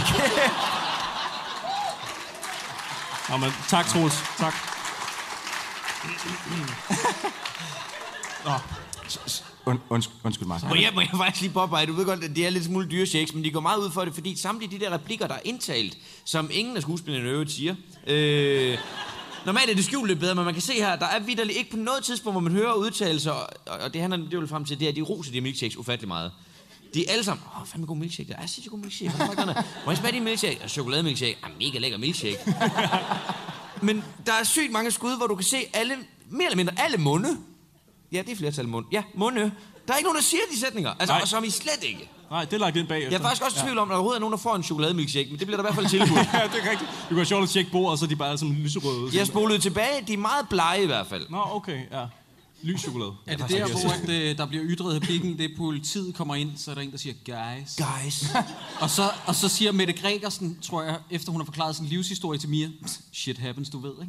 men tak, Troels. Tak. Undskyld mig. Må jeg faktisk lige påpege, du ved godt, at det er lidt smule dyre shakes, men de går meget ud for det, fordi samtlige de der replikker, der er indtalt, som ingen af skuespillerne øvrigt siger. Normalt er det skjult lidt bedre, men man kan se her, der er vitterligt ikke på noget tidspunkt, hvor man hører udtalelser, og det handler det vil frem til, det er, at de roser de her milkshakes ufattelig meget. De er alle sammen, fandme god milkshake, der er sindssygt god milkshake. Må jeg smage din milkshake? Chokolademilkshake, mega lækker milkshake. Men der er sygt mange skud, hvor du kan se alle, mere eller mindre alle munde. Ja, det er flertal munde. Ja, munde. Der er ikke nogen, der siger de sætninger. Altså, og som I slet ikke. Nej, det er lagt ind bagefter. Jeg er faktisk også i tvivl om, at der overhovedet er nogen, der får en chokolademilkshake, men det bliver der i hvert fald tilbudt. Ja, det er rigtigt. Du kan sjovt at tjekke bordet, og så er de bare som lyserøde. Jeg spolede tilbage. De er meget blege i hvert fald. Nå, okay, ja. Lys chokolade. Er det der, hvor der bliver ytret replikken, det politiet kommer ind, så er der en, der siger, guys. og så siger Mette Gregersen, tror jeg, efter hun har forklaret sin livshistorie til Mia, shit happens, du ved, ikke?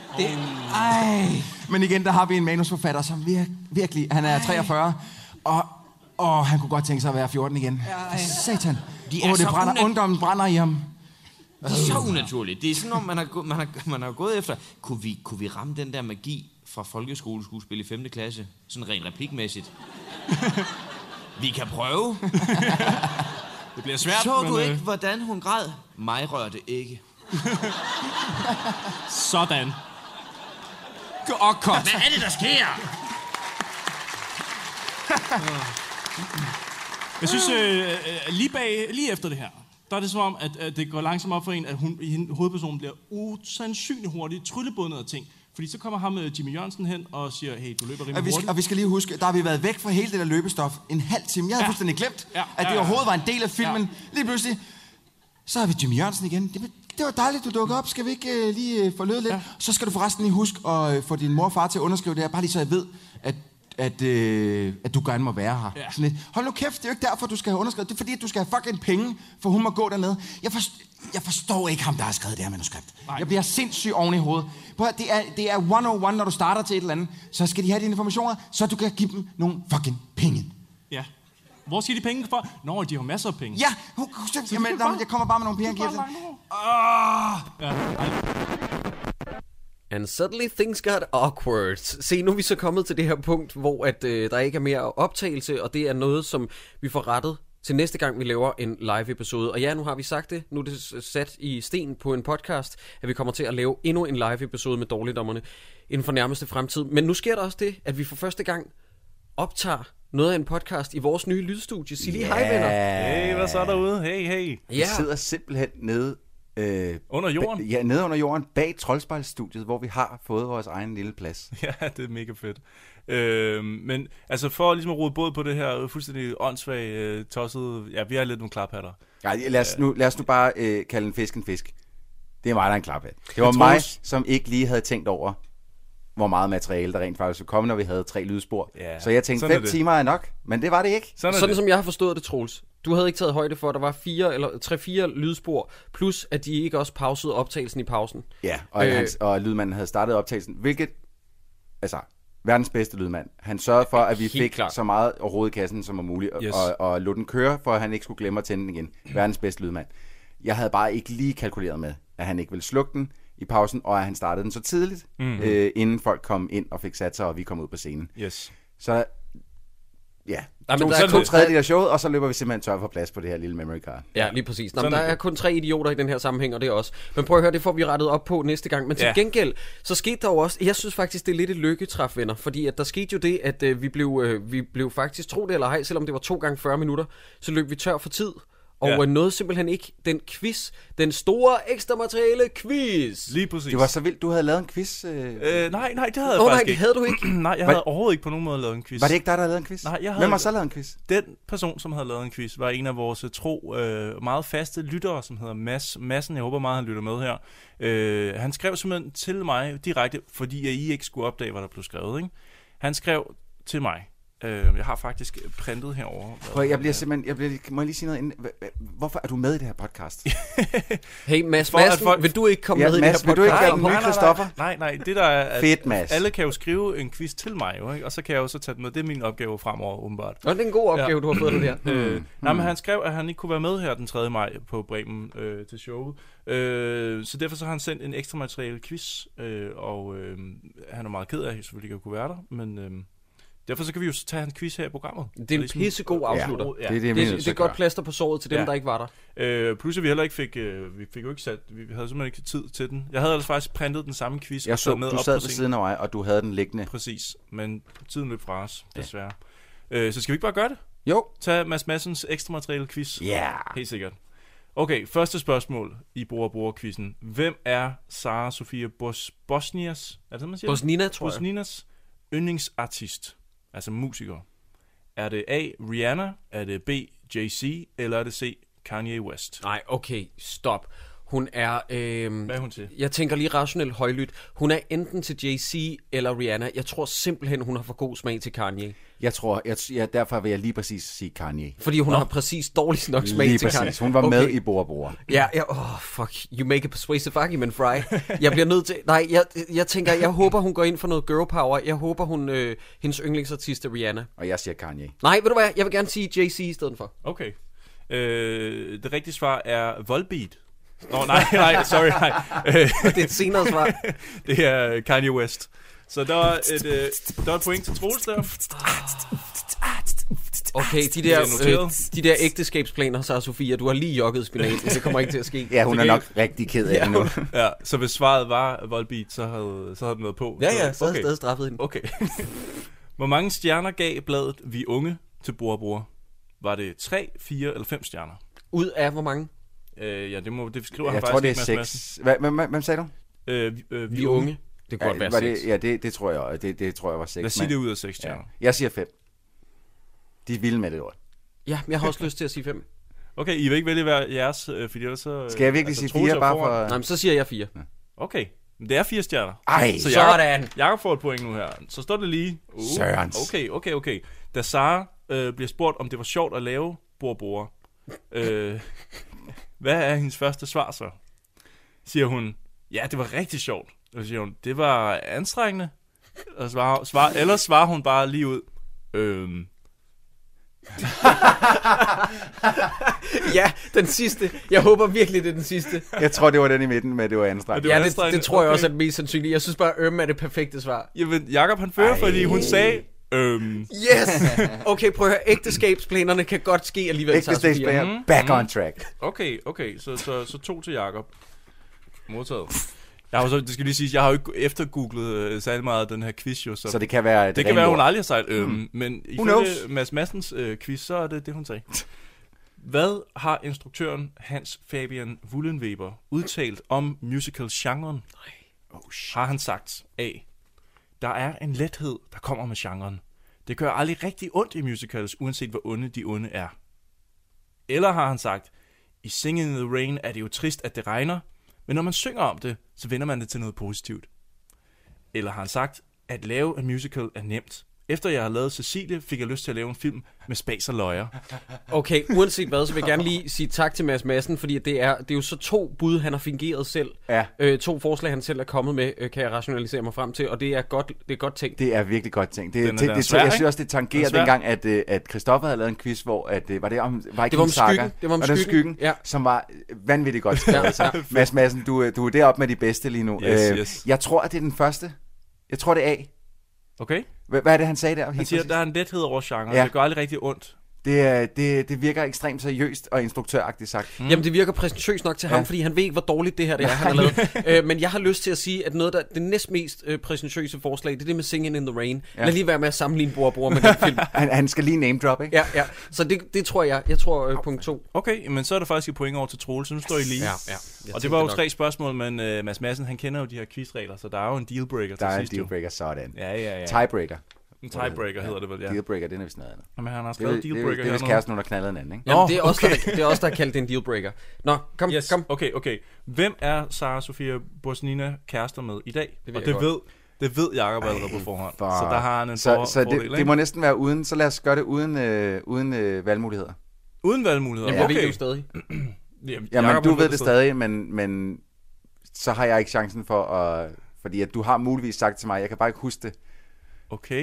Men igen, der har vi en manusforfatter, som virkelig, han er 43, og han kunne godt tænke sig at være 14 igen. Satan. Ungdommen brænder i ham. Det er så unaturligt. Det er sådan, om man har gået efter. Kunne vi ramme den der magi fra folkeskoleskuespil i 5. klasse? Sådan rent replikmæssigt. Vi kan prøve. Det bliver svært. Så du ikke, hvordan hun græd? Mig rørte ikke. Sådan. Og cut. Hvad er det, der sker? Jeg synes, lige efter det her, der er det som om, at det går langsomt op for en, at hovedpersonen bliver usandsynligt hurtigt tryllebundet af ting. Fordi så kommer ham med Jimmy Jørgensen hen og siger, hey, du løber rimelig hurtigt. Og vi skal lige huske, der har vi været væk fra hele det der løbestof en halv time. Jeg havde fuldstændig glemt, at det overhovedet var en del af filmen. Ja. Lige pludselig, så har vi Jimmy Jørgensen igen. Det var dejligt, du dukker op. Skal vi ikke lige forløde lidt? Ja. Så skal du forresten lige huske at få din mor og far til at underskrive det her, bare lige så jeg ved, at du gerne må være her. Ja. Sådan lidt. Hold nu kæft, det er jo ikke derfor, du skal have underskrevet. Det er fordi, at du skal have fucking penge, for hun må gå dernede. Jeg forstår ikke ham, der har skrevet det her manuskript. Nej. Jeg bliver sindssygt oven i hovedet. Det er 101, når du starter til et eller andet. Så skal de have dine informationer, så du kan give dem nogle fucking penge. Ja. Hvor skal de penge fra? Nå, de har masser af penge. Ja, jeg kommer bare med nogle penge. And suddenly things got awkward. Se, nu er vi så kommet til det her punkt, hvor at, der ikke er mere optagelse, og det er noget, som vi får rettet til næste gang, vi laver en live-episode. Og ja, nu har vi sagt det. Nu er det sat i sten på en podcast, at vi kommer til at lave endnu en live-episode med Dårligdommerne inden for nærmeste fremtid. Men nu sker der også det, at vi for første gang optager noget af en podcast i vores nye lydstudie. Sig lige hej, venner. Hey, hvad så derude? Hey. Vi sidder simpelthen nede under jorden? Ja, nede under jorden bag Troldspejlstudiet, hvor vi har fået vores egen lille plads. Ja, det er mega fedt. Men altså for ligesom at rode båd på det her fuldstændig åndssvage, tossede... Ja, vi har lidt nogle klaphatter. Ja, lad os nu bare kalde en fisk. Det er mig, der er en klaphat. Det var mig, som ikke lige havde tænkt over, hvor meget materiale der rent faktisk ville komme, når vi havde 3 lydspor. Ja, så jeg tænkte, 5 timer er nok, men det var det ikke. Sådan som jeg har forstået det, Troels. Du havde ikke taget højde for, at der var 4 eller 3-4 lydspor, plus at de ikke også pausede optagelsen i pausen. Ja, og lydmanden havde startet optagelsen, hvilket, altså, verdens bedste lydmand. Han sørgede for, at vi fik så meget overhovedet i kassen som muligt, og lod den køre, for at han ikke skulle glemme at tænde den igen. Verdens bedste lydmand. Jeg havde bare ikke lige kalkuleret med, at han ikke ville slukke den i pausen, og at han startede den så tidligt, inden folk kom ind og fik sat sig, og vi kom ud på scenen. Yes. Så ja, der er 2/3 af showet, og så løber vi simpelthen tør for plads på det her lille memory card. Ja, lige præcis. Der er kun 3 idioter i den her sammenhæng, og det er også. Men prøv at høre, det får vi rettet op på næste gang. Men til gengæld, så skete der jo også, jeg synes faktisk, det er lidt et lykketræf, venner, fordi at der skete jo det, at vi blev faktisk, tro det eller ej, selvom det var 2 gange 40 minutter, så løb vi tør for tid. Og nåede simpelthen ikke den quiz, den store ekstra materiale quiz. Lige præcis. Det var så vildt, du havde lavet en quiz. Nej, det havde jeg faktisk ikke. Havde du ikke? Nej, jeg havde overhovedet ikke på nogen måde lavet en quiz. Var det ikke dig, der havde lavet en quiz? Nej, Hvem har så lavet en quiz? Den person, som havde lavet en quiz, var en af vores meget faste lyttere, som hedder Madsen. Jeg håber meget, han lytter med her. Han skrev simpelthen til mig direkte, fordi I ikke skulle opdage, hvad der blev skrevet. Ikke? Han skrev til mig. Jeg har faktisk printet herovre. Må jeg lige sige noget inden? Hvorfor er du med i det her podcast? Hey Mads, vil du ikke komme med i det her podcast? Vil du ikke være den nye Christoffer? Nej, det der er... Fedt, Mads. Alle kan jo skrive en quiz til mig, jo, ikke? Og så kan jeg jo så tage det med. Det er min opgave fremover, åbenbart. Og det er en god opgave, du har fået det der. Nej, men han skrev, at han ikke kunne være med her den 3. maj på Bremen til showet. Så derfor så har han sendt en ekstra materiale quiz, og han er meget ked af, at jeg selvfølgelig ikke kunne være der, men... Derfor så kan vi jo tage hans quiz her i programmet. Det er en pissegod afslutter. Ja, det er godt plaster på såret til dem, der ikke var der. Plus at vi heller ikke fik, vi fik jo ikke sat, vi havde simpelthen ikke tid til den. Jeg havde altså faktisk printet den samme quiz. Jeg så, du sad ved siden af mig, og du havde den liggende. Præcis, men tiden løb fra os, desværre. Så skal vi ikke bare gøre det? Jo. Tag Mads Madsens ekstra materiale quiz. Ja. Yeah. Helt sikkert. Okay, første spørgsmål i Bora-Bora-quizzen. Hvem er Sara Sofia Bosnias? Er det sådan, man siger? Bosnina, tror jeg. Bosninas yndlingsartist, altså musiker. Er det A. Rihanna, er det B. Jay-Z, eller er det C. Kanye West? Nej, okay, stop. Hun er... Hvad er hun til? Jeg tænker lige rationelt højlydt. Hun er enten til Jay-Z eller Rihanna. Jeg tror simpelthen, hun har for god smag til Kanye. Jeg tror, derfor vil jeg lige præcis sige Kanye. Fordi hun har præcis dårligt nok smag lige til præcis. Kanye. Hun var med i Bora-Bora. Ja, fuck. You make a persuasive argument, Fry. Jeg bliver nødt til... Nej, jeg tænker, jeg håber, hun går ind for noget girl power. Jeg håber, hendes yndlingsartist er Rihanna. Og jeg siger Kanye. Nej, ved du hvad? Jeg vil gerne sige Jay-Z i stedet for. Okay. Det rigtige svar er Volbeat. Nej, sorry, nej. Det er et senere svar. Det er Kanye West. Så der var et point til Troels der. Okay, de der ægteskabsplaner, Sara Sofia, du har lige jogget spinaten, det kommer ikke til at ske. Ja, hun er nok rigtig ked af det nu. Ja, så hvis svaret var Volbeat, så havde den været på. Ja, så havde stadig straffet hende. Okay. Hvor mange stjerner gav bladet Vi Unge til Bora-Bora? Var det 3, 4 eller 5 stjerner? Ud af hvor mange? Ja, det skriver han faktisk ikke. Jeg tror, det er 6. Hvem sagde du? Vi Unge. Det kunne godt være 6. Ja, det tror jeg. Det tror jeg var 6. Lad os sige det ud af 6 stjerner. Ja. Jeg siger 5. De er vilde med det ord. Ja, jeg har også lyst til at sige 5. Okay, I vil ikke vælge hver jeres, fordi ellers så... Skal jeg virkelig sige 4 bare for... Nej, men så siger jeg 4. Okay, men det er 4 stjerner. Ej, så sådan. Jakob får et point nu her. Så står det lige... Sørens. Okay. Da Sara bliver spurgt, om det var sjovt at lave Bora-Bora, hvad er hendes første svar så? Siger hun, ja, det var rigtig sjovt. Og siger hun, det var anstrengende. Og ellers svarer hun bare lige ud, Ja, den sidste. Jeg håber virkelig, det er den sidste. Jeg tror, det var den i midten, men det var anstrengende. Ja, det tror jeg også er det mest sandsynlige. Jeg synes bare, er det perfekte svar. Jamen, Jakob han fører, fordi hun sagde... Yes! Okay, prøv at høre. Ægteskabsplanerne kan godt ske alligevel. Ægteskabsplaner, back on track. Okay, så 2 til Jakob. Modtaget. Jeg har så, det skal lige sige, jeg har jo ikke eftergooglet særlig meget af den her quiz jo, så det kan være det kan være hun aldrig har sagt men ifølge Mads Madsens quiz, så er det hun sagde. Hvad har instruktøren Hans Fabian Wullenweber udtalt om musical-genren? Har han sagt A. Der er en lethed, der kommer med genren. Det gør aldrig rigtig ondt i musicals, uanset hvor onde de onde er. Eller har han sagt, i Singing in the Rain er det jo trist, at det regner, men når man synger om det, så vender man det til noget positivt. Eller har han sagt, at lave en musical er nemt. Efter jeg har lavet Cecilie, fik jeg lyst til at lave en film med spas og løjer. Okay, uanset hvad, så vil jeg gerne lige sige tak til Mads Madsen, fordi det er jo så 2 bud, han har fingeret selv. Ja. 2 forslag, han selv er kommet med, kan jeg rationalisere mig frem til, og det er godt tænkt. Det er virkelig godt tænkt. Jeg synes også, det tangerer dengang, at Christoffer havde lavet en quiz, hvor var det om Viking Saga. Det var om skyggen, ja. Som var vanvittigt godt skrevet. Ja. Mads Madsen, du er deroppe med de bedste lige nu. Yes. Jeg tror, at det er den første. Jeg tror, det er A. Okay. Hvad er det, han sagde der? Han siger, at der er en lethed over genren. Ja. Det gør aldrig rigtig ondt. Det virker ekstremt seriøst og instruktøragtigt sagt. Jamen, det virker præsentøst nok til ham, fordi han ved, hvor dårligt det her det er, han har lavet. Men jeg har lyst til at sige, at noget af det næstmest præsentøse forslag, det er det med Singing in the Rain. Ja. Lad lige være med at sammenligne Bora-Bora med den film. Han skal lige name drop, ikke? Ja. Så det tror jeg. Jeg tror punkt 2. Okay, men så er der faktisk et point over til Troels, så nu står I lige. Ja. Og det var jo 3 spørgsmål, men Mads Madsen, han kender jo de her quizregler, så der er jo en dealbreaker til sidst. Der er en dealbreaker, sådan. Ja. Tiebreaker. En tiebreaker hedder det vel, ja. Dealbreaker, det er vist noget andet. Jamen, han har skrevet dealbreaker her. Det er vist kæresten, hun har knaldet en anden, ikke? Jamen, det er også der har kaldt det en dealbreaker. Nå, kom. Okay. Hvem er Sara Sofia Bosnina kærester med i dag? Det ved Jakob allerede på forhånd. Så der har han en fordel, det må næsten være uden, så lad os gøre det uden valgmuligheder. Uden valgmuligheder? Jamen, jeg ved det jo stadig. Jamen, du ved det stadig, men så har jeg ikke chancen for at... Fordi at du har muligvis sagt til mig, jeg kan bare ikke huske det. Okay.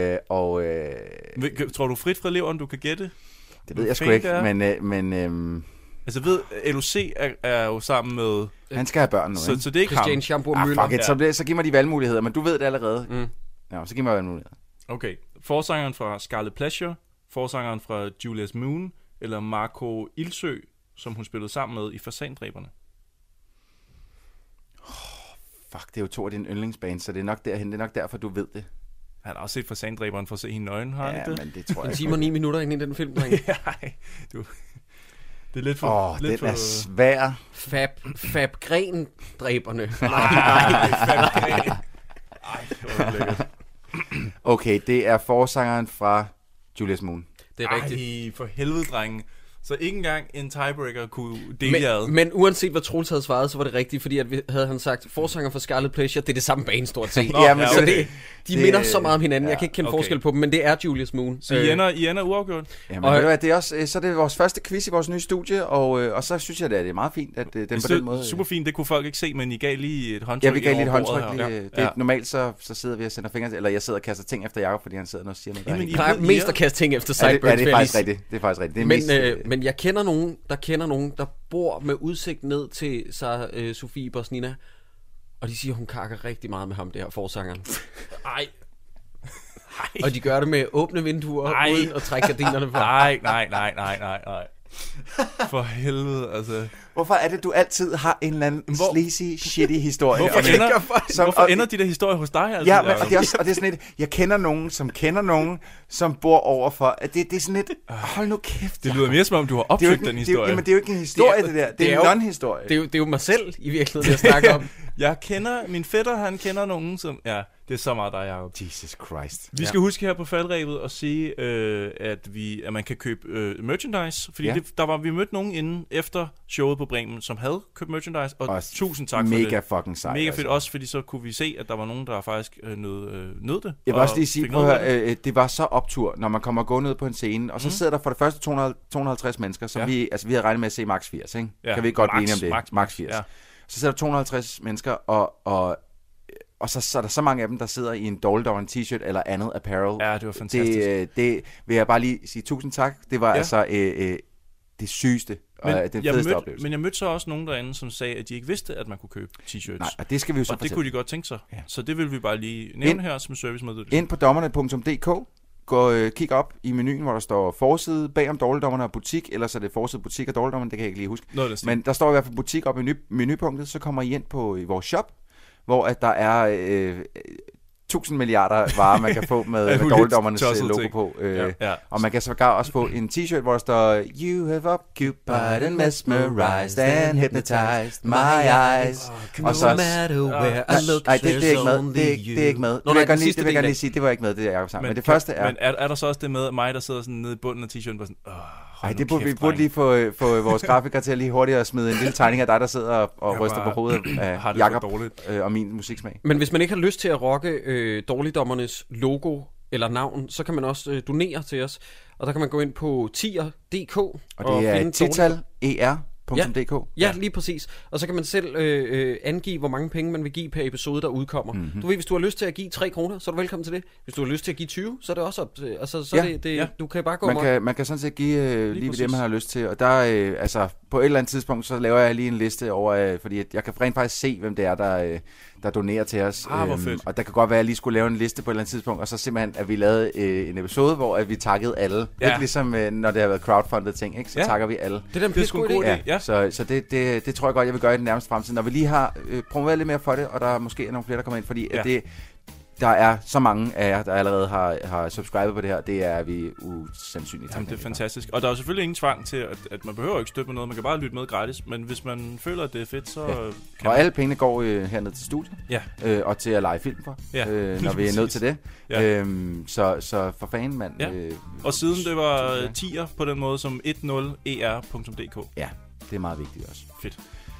Tror du frit fra leveren, du kan gætte? Det ved jeg sgu ikke, men altså ved, LOC er jo sammen med... Han skal have børn nu, så det er ikke Christian ham. Fuck it, så giv mig de valgmuligheder, men du ved det allerede. Ja, så giv mig valgmuligheder. Okay, forsangeren fra Scarlet Pleasure, forsangeren fra Julius Moon, eller Marco Ilsø, som hun spillede sammen med i Fasandræberne? Fuck, det er jo 2 af dine yndlingsband, så det er nok derhen. Det er nok derfor, du ved det. Han har også set Fasandræberen for at se hende nøgen, har han ikke det? Men det tror jeg. En time og 9 minutter ind i den film, drenge. Nej, du... Det er lidt for... den er svær. Fab Gren-dræberne. Nej, Fab Gren. Ej, det var lækkert. Okay, det er forsangeren fra Julius Moon. Det er rigtigt. Ej, for helvede, drenge. Så ikke engang en tiebreaker kunne dele ad. Men uanset hvad Troels havde svaret, så var det rigtigt, fordi at havde han sagt, forsanger for Scarlet Pleasure, det er det samme bane stort set. Ja, men så de minder så meget om hinanden, jeg kan ikke kende forskel på dem, men det er Julius Moon. Så I ender uafgjort? Jamen, og, det er også, så er det vores første quiz i vores nye studie, og så synes jeg, at det er meget fint, at den på den måde... Super fint, det kunne folk ikke se, men I gav lige et håndtryk. Ja, vi gav lige et håndtryk. Normalt så sidder vi og sender fingre, eller jeg sidder og kaster ting efter Jacob, fordi han sidder og siger noget. I plejer mest at kaste ting efter Sideburns. Ja, det er faktisk rigtigt. Men jeg kender nogen, der bor med udsigt ned til Sofie Bosnina, og de siger, hun kakker rigtig meget med ham, det her forsangeren. Ej. Og de gør det med åbne vinduer, uden at trække gardinerne for. Nej. For helvede, altså. Hvorfor er det, du altid har en eller anden sleazy, shitty historie? Hvorfor ender de der historier hos dig? Altså? Ja, men det er også, og det er sådan et, jeg kender nogen, som bor overfor. Det er sådan et, hold nu kæft. Det lyder mere som om, du har opsøgt den historie. Jamen, det er jo ikke en historie, det der. Det er en non-historie. Det er jo mig selv, i virkeligheden, jeg snakker om. Jeg kender, min fætter, han kender nogen, som... Ja, det er så meget dig, Jacob. Jesus Christ. Vi skal huske her på faldrebet at sige, at man kan købe merchandise. Fordi vi mødte nogen inden efter showet på Bremen, som havde købt merchandise. Og tusind tak for det. Mega fucking sejt. Mega fedt også, fordi så kunne vi se, at der var nogen, der faktisk nød det. Jeg vil også lige sige, det var så optur, når man kommer og går ned på en scene, og så sidder der for det første 250 mennesker, som vi havde regnet med at se max 80, ikke? Ja. Kan vi ikke godt blive enige om det? Max 80. Ja. Så sidder der 250 mennesker, og så er der så mange af dem, der sidder i en Dårligdommerne t-shirt eller andet apparel. Ja, det var fantastisk. Det vil jeg bare lige sige tusind tak. Det var altså det sygeste og den fedeste oplevelse. Men jeg mødte så også nogen derinde, som sagde, at de ikke vidste, at man kunne købe t-shirts. Nej, og det skal vi jo så fortælle. Det kunne de godt tænke sig. Ja. Så det vil vi bare lige nævne her som servicemeddelelse. Ind på dommerne.dk. Kig op i menuen, hvor der står forside bagom Dårligdommerne og butik, eller så er det forside butik og Dårligdommerne, det kan jeg ikke lige huske. Men der står i hvert fald butik op i menupunktet, så kommer I ind på i vores shop, hvor at der er 1000 milliarder varer, man kan få med Dårligdommernes logo på. Og man kan sågar også få en t-shirt, hvor der står You have occupied and mesmerized and hypnotized my eyes. Og så... Nej, det er ikke med. Det er ikke med. Det vil jeg gerne lige sige. Det var ikke med, det Jacob sammen. Men det første er... Men er der så også det med mig, der sidder sådan nede i bunden af t-shirten og sådan... Nej, det burde vi burde lige få vores grafiker til at lige hurtigt at smide en lille tegning af dig, der sidder og ryster på hovedet af Jacob og min musiksmag. Men hvis man ikke har lyst til at rocke Dårligdommernes logo eller navn, så kan man også donere til os. Og der kan man gå ind på tier.dk og det er tital er.dk. Ja, lige præcis. Og så kan man selv angive, hvor mange penge man vil give per episode, der udkommer. Mm-hmm. Du ved, hvis du har lyst til at give 3 kroner, så er du velkommen til det. Hvis du har lyst til at give 20, så er det også op. Altså, så du kan bare gå man kan sådan set give lige ved det, man har lyst til. Og der altså på et eller andet tidspunkt, så laver jeg lige en liste over, fordi jeg kan rent faktisk se, hvem det er, der donerer til os. Og der kan godt være, at jeg lige skulle lave en liste på et eller andet tidspunkt, og så simpelthen, at vi lavede en episode, hvor at vi takkede alle. Lidt ligesom, når det har været crowdfunded ting, ikke? Så takker vi alle. Det er den pisse god idé. Ja. Så det tror jeg godt, jeg vil gøre i den nærmeste fremtid. Når vi lige har promoveret lidt mere for det, og der måske er nogle flere, der kommer ind, fordi at der er så mange af jer, der allerede har subscribet på det her. Det er vi usandsynligt. Jamen, det er fantastisk. Og der er jo selvfølgelig ingen tvang til, at man behøver ikke støtte med noget. Man kan bare lytte med gratis. Men hvis man føler, at det er fedt, så kan og alle pengene går herned til studiet. Ja. Og til at lege film for. Ja. Når vi er nødt til det. Ja. Så for fanden, mand. Ja. Og siden det var tier på den måde som 10er.dk. Ja, det er meget vigtigt også. Fedt.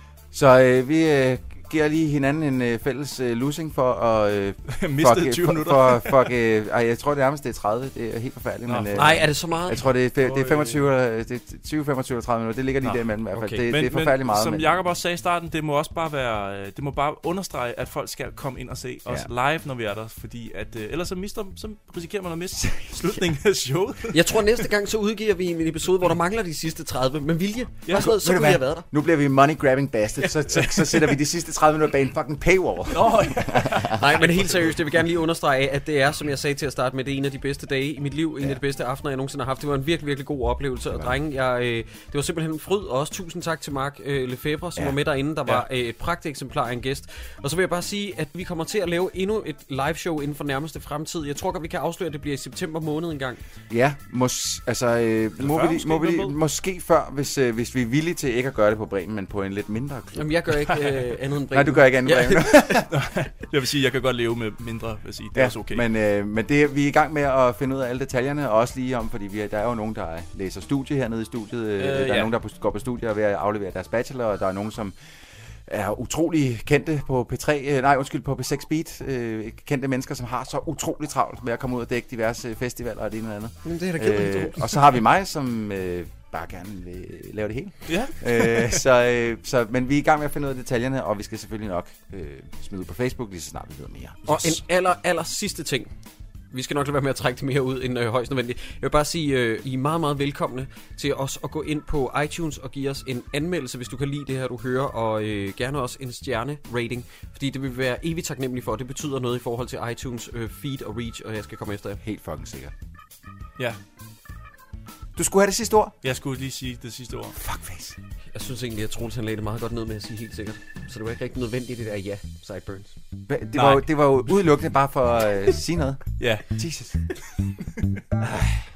Så vi... giver lige hinanden en fælles losing for at miste 20 minutter. Jeg tror det nærmest det er 30. Det er helt forfærdeligt. Nej, er det så meget? Jeg tror det er 25 eller 20, 25 eller 30 minutter. Det ligger lige der imellem i hvert fald. Okay. Det er forfærdeligt meget. Som Jacob også sagde i starten, det må også bare være, det må bare understrege, at folk skal komme ind og se os live, når vi er der, fordi at ellers så risikerer man at miste slutningen af showet. Jeg tror næste gang så udgiver vi en episode, hvor der mangler de sidste 30 med vilje. Så kunne vi have været der. Nu bliver vi money grabbing bastard. Så sætter vi de sidste 30 minutter bag en fucking paywall. Nej, men helt seriøst, jeg vil gerne lige understrege, at det er, som jeg sagde til at starte med, det er en af de bedste dage i mit liv, en af de bedste aftener, jeg nogensinde har haft. Det var en virkelig, virkelig god oplevelse, og drenge, det var simpelthen en fryd, og også tusind tak til Mark Lefebvre, som var med derinde. Der var et pragteksemplar af en gæst. Og så vil jeg bare sige, at vi kommer til at lave endnu et live show inden for nærmeste fremtid. Jeg tror godt, vi kan afsløre, at det bliver i september måned engang. Ja, måske før, hvis vi er villige til ikke at gøre det på Bremen, men på en lidt mindre klub. Jamen, jeg gør ikke andet end Bremen. Nej, du gør ikke andet end Bremen. Jeg vil sige, jeg kan godt leve med mindre, vil sige. Det er også okay. Men det, vi er i gang med at finde ud af alle detaljerne, og også lige om, fordi der er jo nogen, der læser studie hernede i studiet. Der er nogen, der går på studier og ved at aflevere deres bachelor, og der er nogen, som er utrolig kendte på på P6 Beat. Kendte mennesker, som har så utrolig travlt med at komme ud og dække diverse festivaler og det ene eller andet. Men det er da kedeligt. Og så har vi mig, som bare gerne vil lave det hele. Ja. Men vi er i gang med at finde ud af detaljerne, og vi skal selvfølgelig nok smide ud på Facebook lige så snart vi ved mere. Og en aller sidste ting. Vi skal nok lade være med at trække det mere ud end højst nødvendigt. Jeg vil bare sige, I er meget, meget velkomne til os at gå ind på iTunes og give os en anmeldelse, hvis du kan lide det her, du hører, og gerne også en stjerne-rating, fordi det vil være evigt taknemmelig for. Det betyder noget i forhold til iTunes feed og reach, og jeg skal komme efter jer. Helt fucking sikkert. Ja. Du skulle have det sidste ord? Jeg skulle lige sige det sidste ord. Fuckface. Jeg synes egentlig, at Troels han lagde det meget godt ned med at sige helt sikkert. Så det var ikke rigtig nødvendigt, det der Sideburns. Det var jo udelukkende bare for at sige noget. Ja. Jesus.